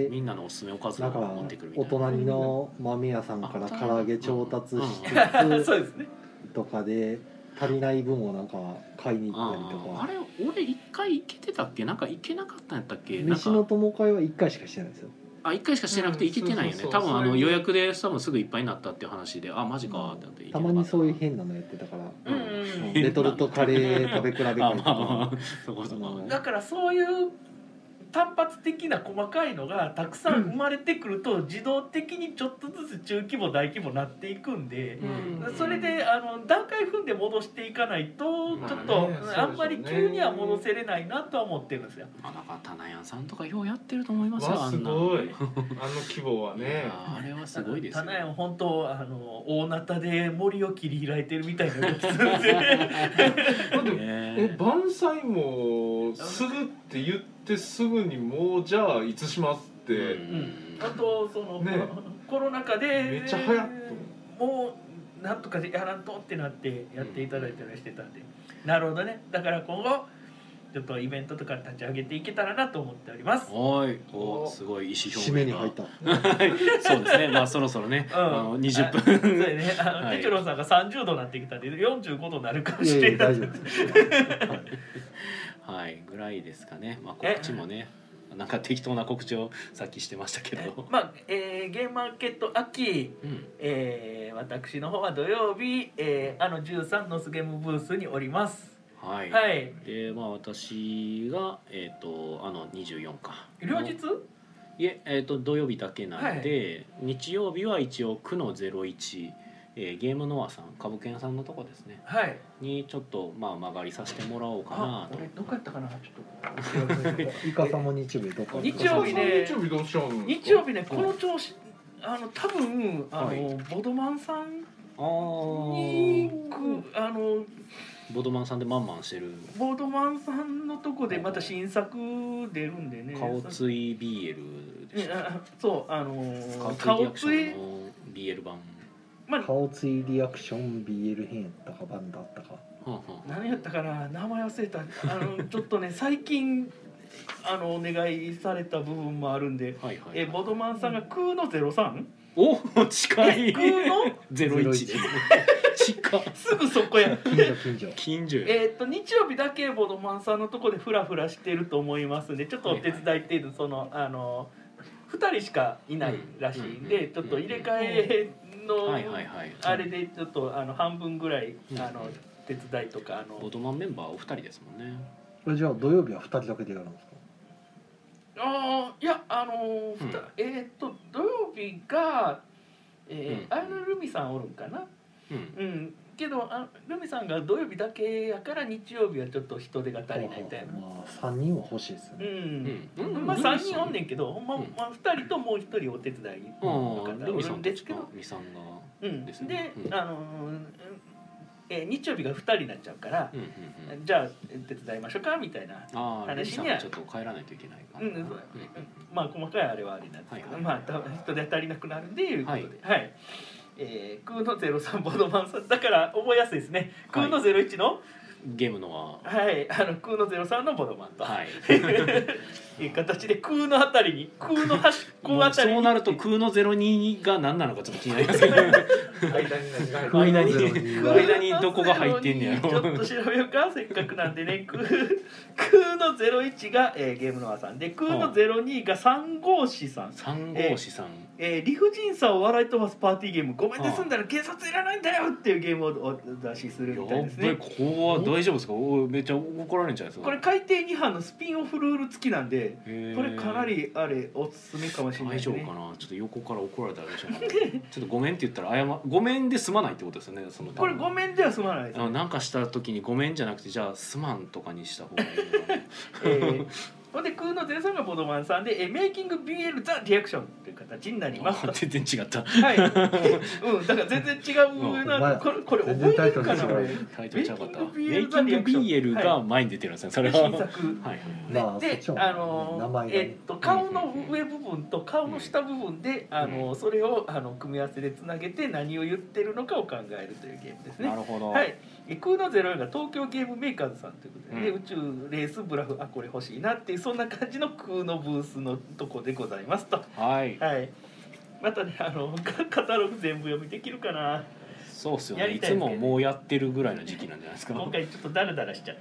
みんなのおすすめおかずをなんか持ってくるみたいな。 お隣の豆屋さんから唐揚げ調達しつそうですねつとかで足りない分をなんか買いに行ったりとか。 あれ俺一回行けてたっけ、なんか行けなかったんやったっけ。 飯の友会は1回しかしてないんですよ。 あ、1回しかしてなくて行けてないよね。多分予約で多分すぐいっぱいになったっていう話で、あマジかってなって。 たまにそういう変なのやってたから、レトルトカレー食べ比べ会とか。 そこそこ。 だからそういう単発的な細かいのがたくさん生まれてくると自動的にちょっとずつ中規模大規模になっていくんで、それで段階踏んで戻していかないとちょっとあんまり急には戻せれないなとは思ってるんですよ。 だから棚屋さんとかようやってると思いますよ。 すごい規模はね。 あれはすごいですよ。 棚屋は本当大なたで森を切り開いてるみたいな動きするんで。 晩祭もするって言ってすぐにもうじゃあいつしますって、 あとその、ね、コロナ禍でめっちゃ流行ったもうなんとかでやらんとってなってやっていただいたりしてたんで、なるほどね。だから今後ちょっとイベントとか立ち上げていけたらなと思っております。 はい、すごい意思表明が。 締めに入った。 そうですね。まあそろそろね、20分。 そうね。テチロンさんが30度になってきたんで45度になるかもしれない。 大丈夫です。 はい、ぐらいですかね。まあ告知もね、なんか適当な告知をさっきしてましたけど。 まあゲームマーケット秋、私の方は土曜日13のスゲームブースにおります。 はい。でまあ私が24か。 両日？ いえ土曜日だけなんで、日曜日は一応区の01。ゲームノアさん、株券さんのとこですね。 はい。 にちょっとまあ曲がりさせてもらおうかなと。 どこやったかな、ちょっと。 イカさんも日曜日どこ？ 日曜日ね。 日曜日どうしちゃうの？ 日曜日ね、この調子多分ボドマンさんにボドマンさんでマンマンしてる。 ボドマンさんのとこでまた新作出るんでね。 顔つい BL でした。 そう顔ついの BL 版。 顔ついリアクション BL 編やったか版だったか。 何やったかな、名前忘れた。ちょっとね最近お願いされた部分もあるんで、ボドマンさんが空の03。 お近い。空の 01です。近い。 すぐそこや。 近所。 日曜日だけボドマンさんのとこでフラフラしてると思いますんで、ちょっとお手伝い程度2人しかいないらしいんで、ちょっと入れ替えのあれでちょっと半分ぐらい手伝いとかボドマンメンバーお二人ですもんね。 じゃあ土曜日は2人だけでやるんですか？ いや土曜日がルミさんおるんかな。けどルミさんが土曜日だけやから日曜日はちょっと人手が足りないみたいな。 まあ3人は欲しいですよね。 まあ3人おんねんけど、まあ2人ともう1人お手伝いの方おるんですけど、 ルミさんがですね。日曜日が2人になっちゃうから、じゃあ手伝いましょうかみたいな話にはちょっと帰らないといけないか。 まあ細かいあれはあれなんですけど、まあ人手足りなくなるんでいうことで、はい。空の03ボドマンさんだから覚えやすいですね。空の01のゲームのは空の03のボドマンという形で空のあたりに空の端っこあたりに、 そうなると空の02が何なのかちょっと気になりますけど間にどこが入ってんねやろ。 ちょっと調べようか、せっかくなんでね。空の01がゲームノアさんで、空の02が3号士さん。 3号士さん。 理不尽さを笑い飛ばすパーティーゲーム、ごめんね済んだら警察いらないんだよっていうゲームをお出しするみたいですね。 ここは大丈夫ですか？めっちゃ怒られるんじゃないですか。 これ海底2班のスピンオフルール付きなんで、これかなりおすすめかもしれないですね。 大丈夫かな。ちょっと横から怒られたらどうしようかな。ちょっとごめんって言ったらごめんで済まないってことですよね。 これごめんでは済まないです。 なんかした時にごめんじゃなくて、じゃあすまんとかにした方がいいのかな。 ほんで空のゼロさんがボドマンさんでメイキング BL ザリアクションという形になりますと。 全然違った。 はい。だから全然違うな。これ覚えてるかな。 タイトル違かった。メイキング BL が前に出てるんですね。それは。 新作。 はい。 で、顔の上部分と顔の下部分でそれを組み合わせでつなげて何を言ってるのかを考えるというゲームですね。 なるほど。 はい。空の04が東京ゲームメーカーズさんということで、宇宙レースブラフこれ欲しいなっていうそんな感じの空のブースのとこでございますと。 はい。 はい。またねカタログ全部読みできるかな。 そうっすよね。いつももうやってるぐらいの時期なんじゃないですか。 今回ちょっとダラダラしちゃって。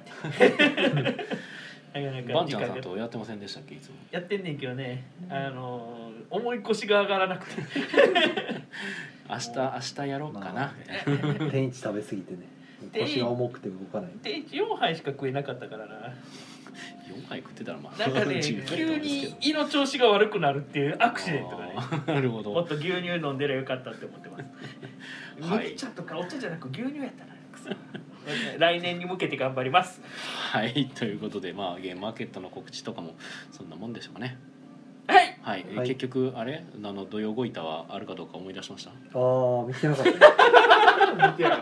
バンちゃんさんとやってませんでしたっけいつも。 やってんねんけどね、重い腰が上がらなくて。 明日やろうかな。 天一食べ過ぎてね。腰が重くて動かない。 天一4杯しか食えなかったからな。 4杯食ってたらまあ。 なんかね急に胃の調子が悪くなるっていうアクシデントがね。 なるほど。 もっと牛乳飲んでりゃよかったって思ってます。 はい。 麦茶とかお茶じゃなく牛乳やったな。来年に向けて頑張ります。 はいということでまあゲームマーケットの告知とかもそんなもんでしょうかね。 はい。 はい。結局あれ土曜ごいたはあるかどうか思い出しました。 見てなかった。 見てなかった。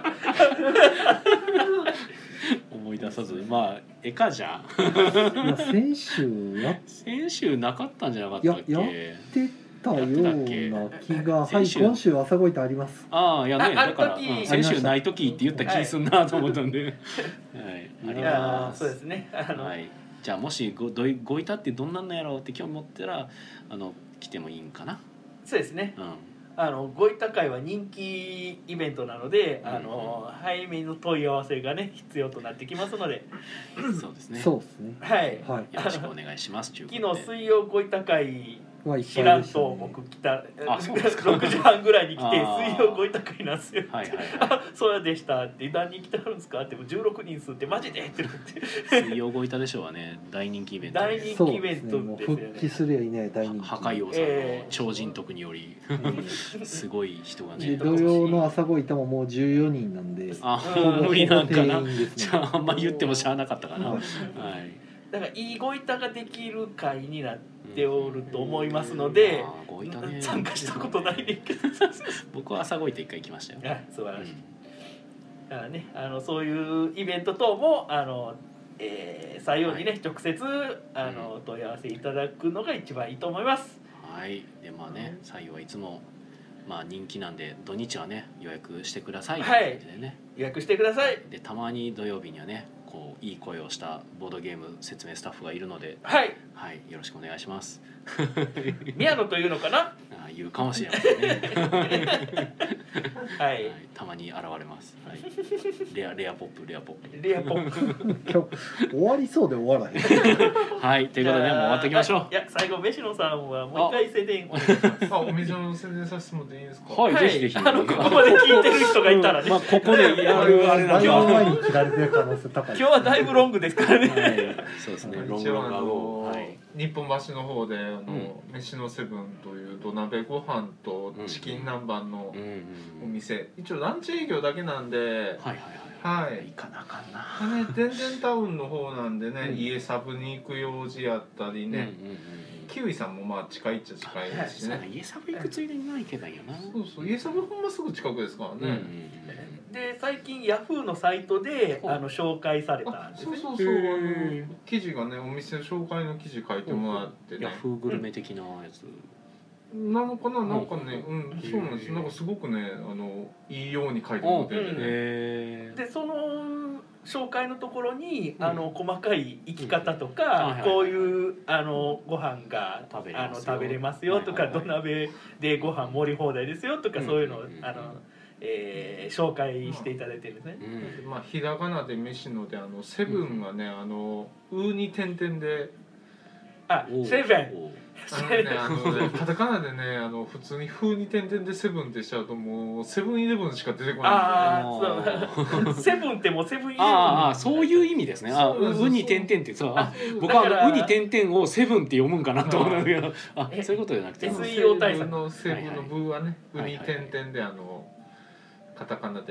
思い出さずまあ絵かじゃん。 いや先週なかったんじゃなかったっけ。 やってたような気が。はい、今週朝ごいたあります。 いやねだから先週ない時って言った気すんなと思ったんで。はい。あります。 そうですね。 はい。じゃあもしごいたってどんなんのやろうって興味持ったら来てもいいんかな。 そうですね。ごいた会は人気イベントなので、早めの問い合わせがね必要となってきますので。 そうですね。 そうですね。 はい。 よろしくお願いします。 昨日水曜ごいた会知らんと僕来た6時半ぐらいに来て水曜ごいた会なんですよ。そうでしたって何人来てあるんですかっても16人数ってマジでってなって。 水曜ごいたでしょうはね大人気イベント。 大人気イベントですよね。 復帰するやいない大人気。 破壊王さんの超人徳によりすごい人がね。 土曜の朝ごいたももう14人なんで。 無理なんかな。じゃああんま言ってもしゃあなかったかな。はい。 だからいいごいたができる会になっておると思いますので、参加したことないねんけど。 僕は朝ごいた1回行きましたよ。 素晴らしい。だからねそういうイベント等も採用にね直接問い合わせいただくのが一番いいと思います。 はい。でまあね採用はいつもまあ人気なんで土日はね予約してください。 はい。予約してください。 でたまに土曜日にはねこういい声をしたボードゲーム説明スタッフがいるので、 はい、 はい、よろしくお願いします。 宮野というのかな？ 言うかもしれませんね。 はい、 たまに現れます。はい、レアポップ。 終わりそうで終わらへん。 はい、ということでもう終わっていきましょう。 いや最後飯野さんはもう一回宣伝お願いします。 お店の宣伝させてもらっていいですか？ はい、ぜひぜひ。 ここまで聞いてる人がいたらね。 まあここでやるあれなんで。 だいぶ前に切られてる可能性高い。 今日はだいぶロングですからね。 そうですね。 一応日本橋の方で飯のセブンという土鍋ご飯とチキン南蛮のお店、一応ランチ営業だけなんで、 はい行かなあかんな。 全然タウンの方なんでね、家サブに行く用事やったりね、キウイさんもまあ近いっちゃ近いですしね。 家サブ行くついでにないけどよな。 そう家サブほんますぐ近くですからね。 で最近ヤフーのサイトで紹介されたんですね。 そう記事がねお店紹介の記事書いてもらってね。 ヤフーグルメ的なやつ。 なのかななんかねそうなんです。なんかすごくねいいように書いてもらっててね。 でその紹介のところに細かい生き方とかこういうご飯が食べれますよとか土鍋でご飯盛り放題ですよとかそういうのを紹介していただいてるんですね。 まあひらがなで飯野でセブンがねうに点々でセブンカタカナでね普通に風に点々でセブンってしちゃうともうセブンイレブンしか出てこないんで。 セブンってもうセブンイレブン。 そういう意味ですね。うに点々って僕はうに点々をセブンって読むんかなと思うんだけどそういうことじゃなくて SEO 対策のセブンの部はねうに点々でカタカナで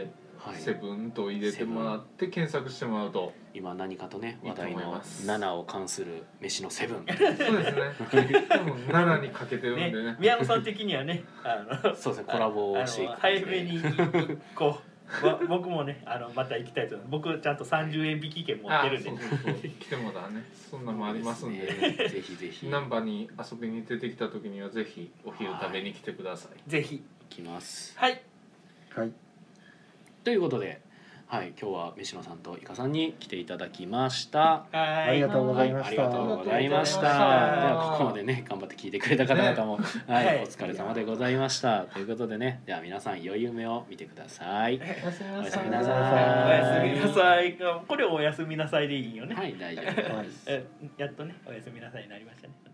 セブンと入れてもらって検索してもらうと今何かとね話題の7を関する飯のセブンそうですねでも7にかけてるんでね宮野さん的にはねそうですねコラボをしていく早めにこう僕もねまた行きたいと思います僕ちゃんと30円引き券持ってるんでそう来てもらうねそんなのもありますんで、 ね、ぜひぜひ難波に遊びに出てきた時にはぜひお昼食べに来てください、 ぜひ来ますはいということで、はい、今日は飯野さんとイカさんに来ていただきました。 ありがとうございました。 ありがとうございました。ではここまでね頑張って聞いてくれた方々も、はい、お疲れ様でございました。ということでね、では皆さん良い夢を見てください。おやすみなさい。 おやすみなさい。これおやすみなさいでいいよね。 はい、大丈夫です。 やっとねおやすみなさいになりましたね。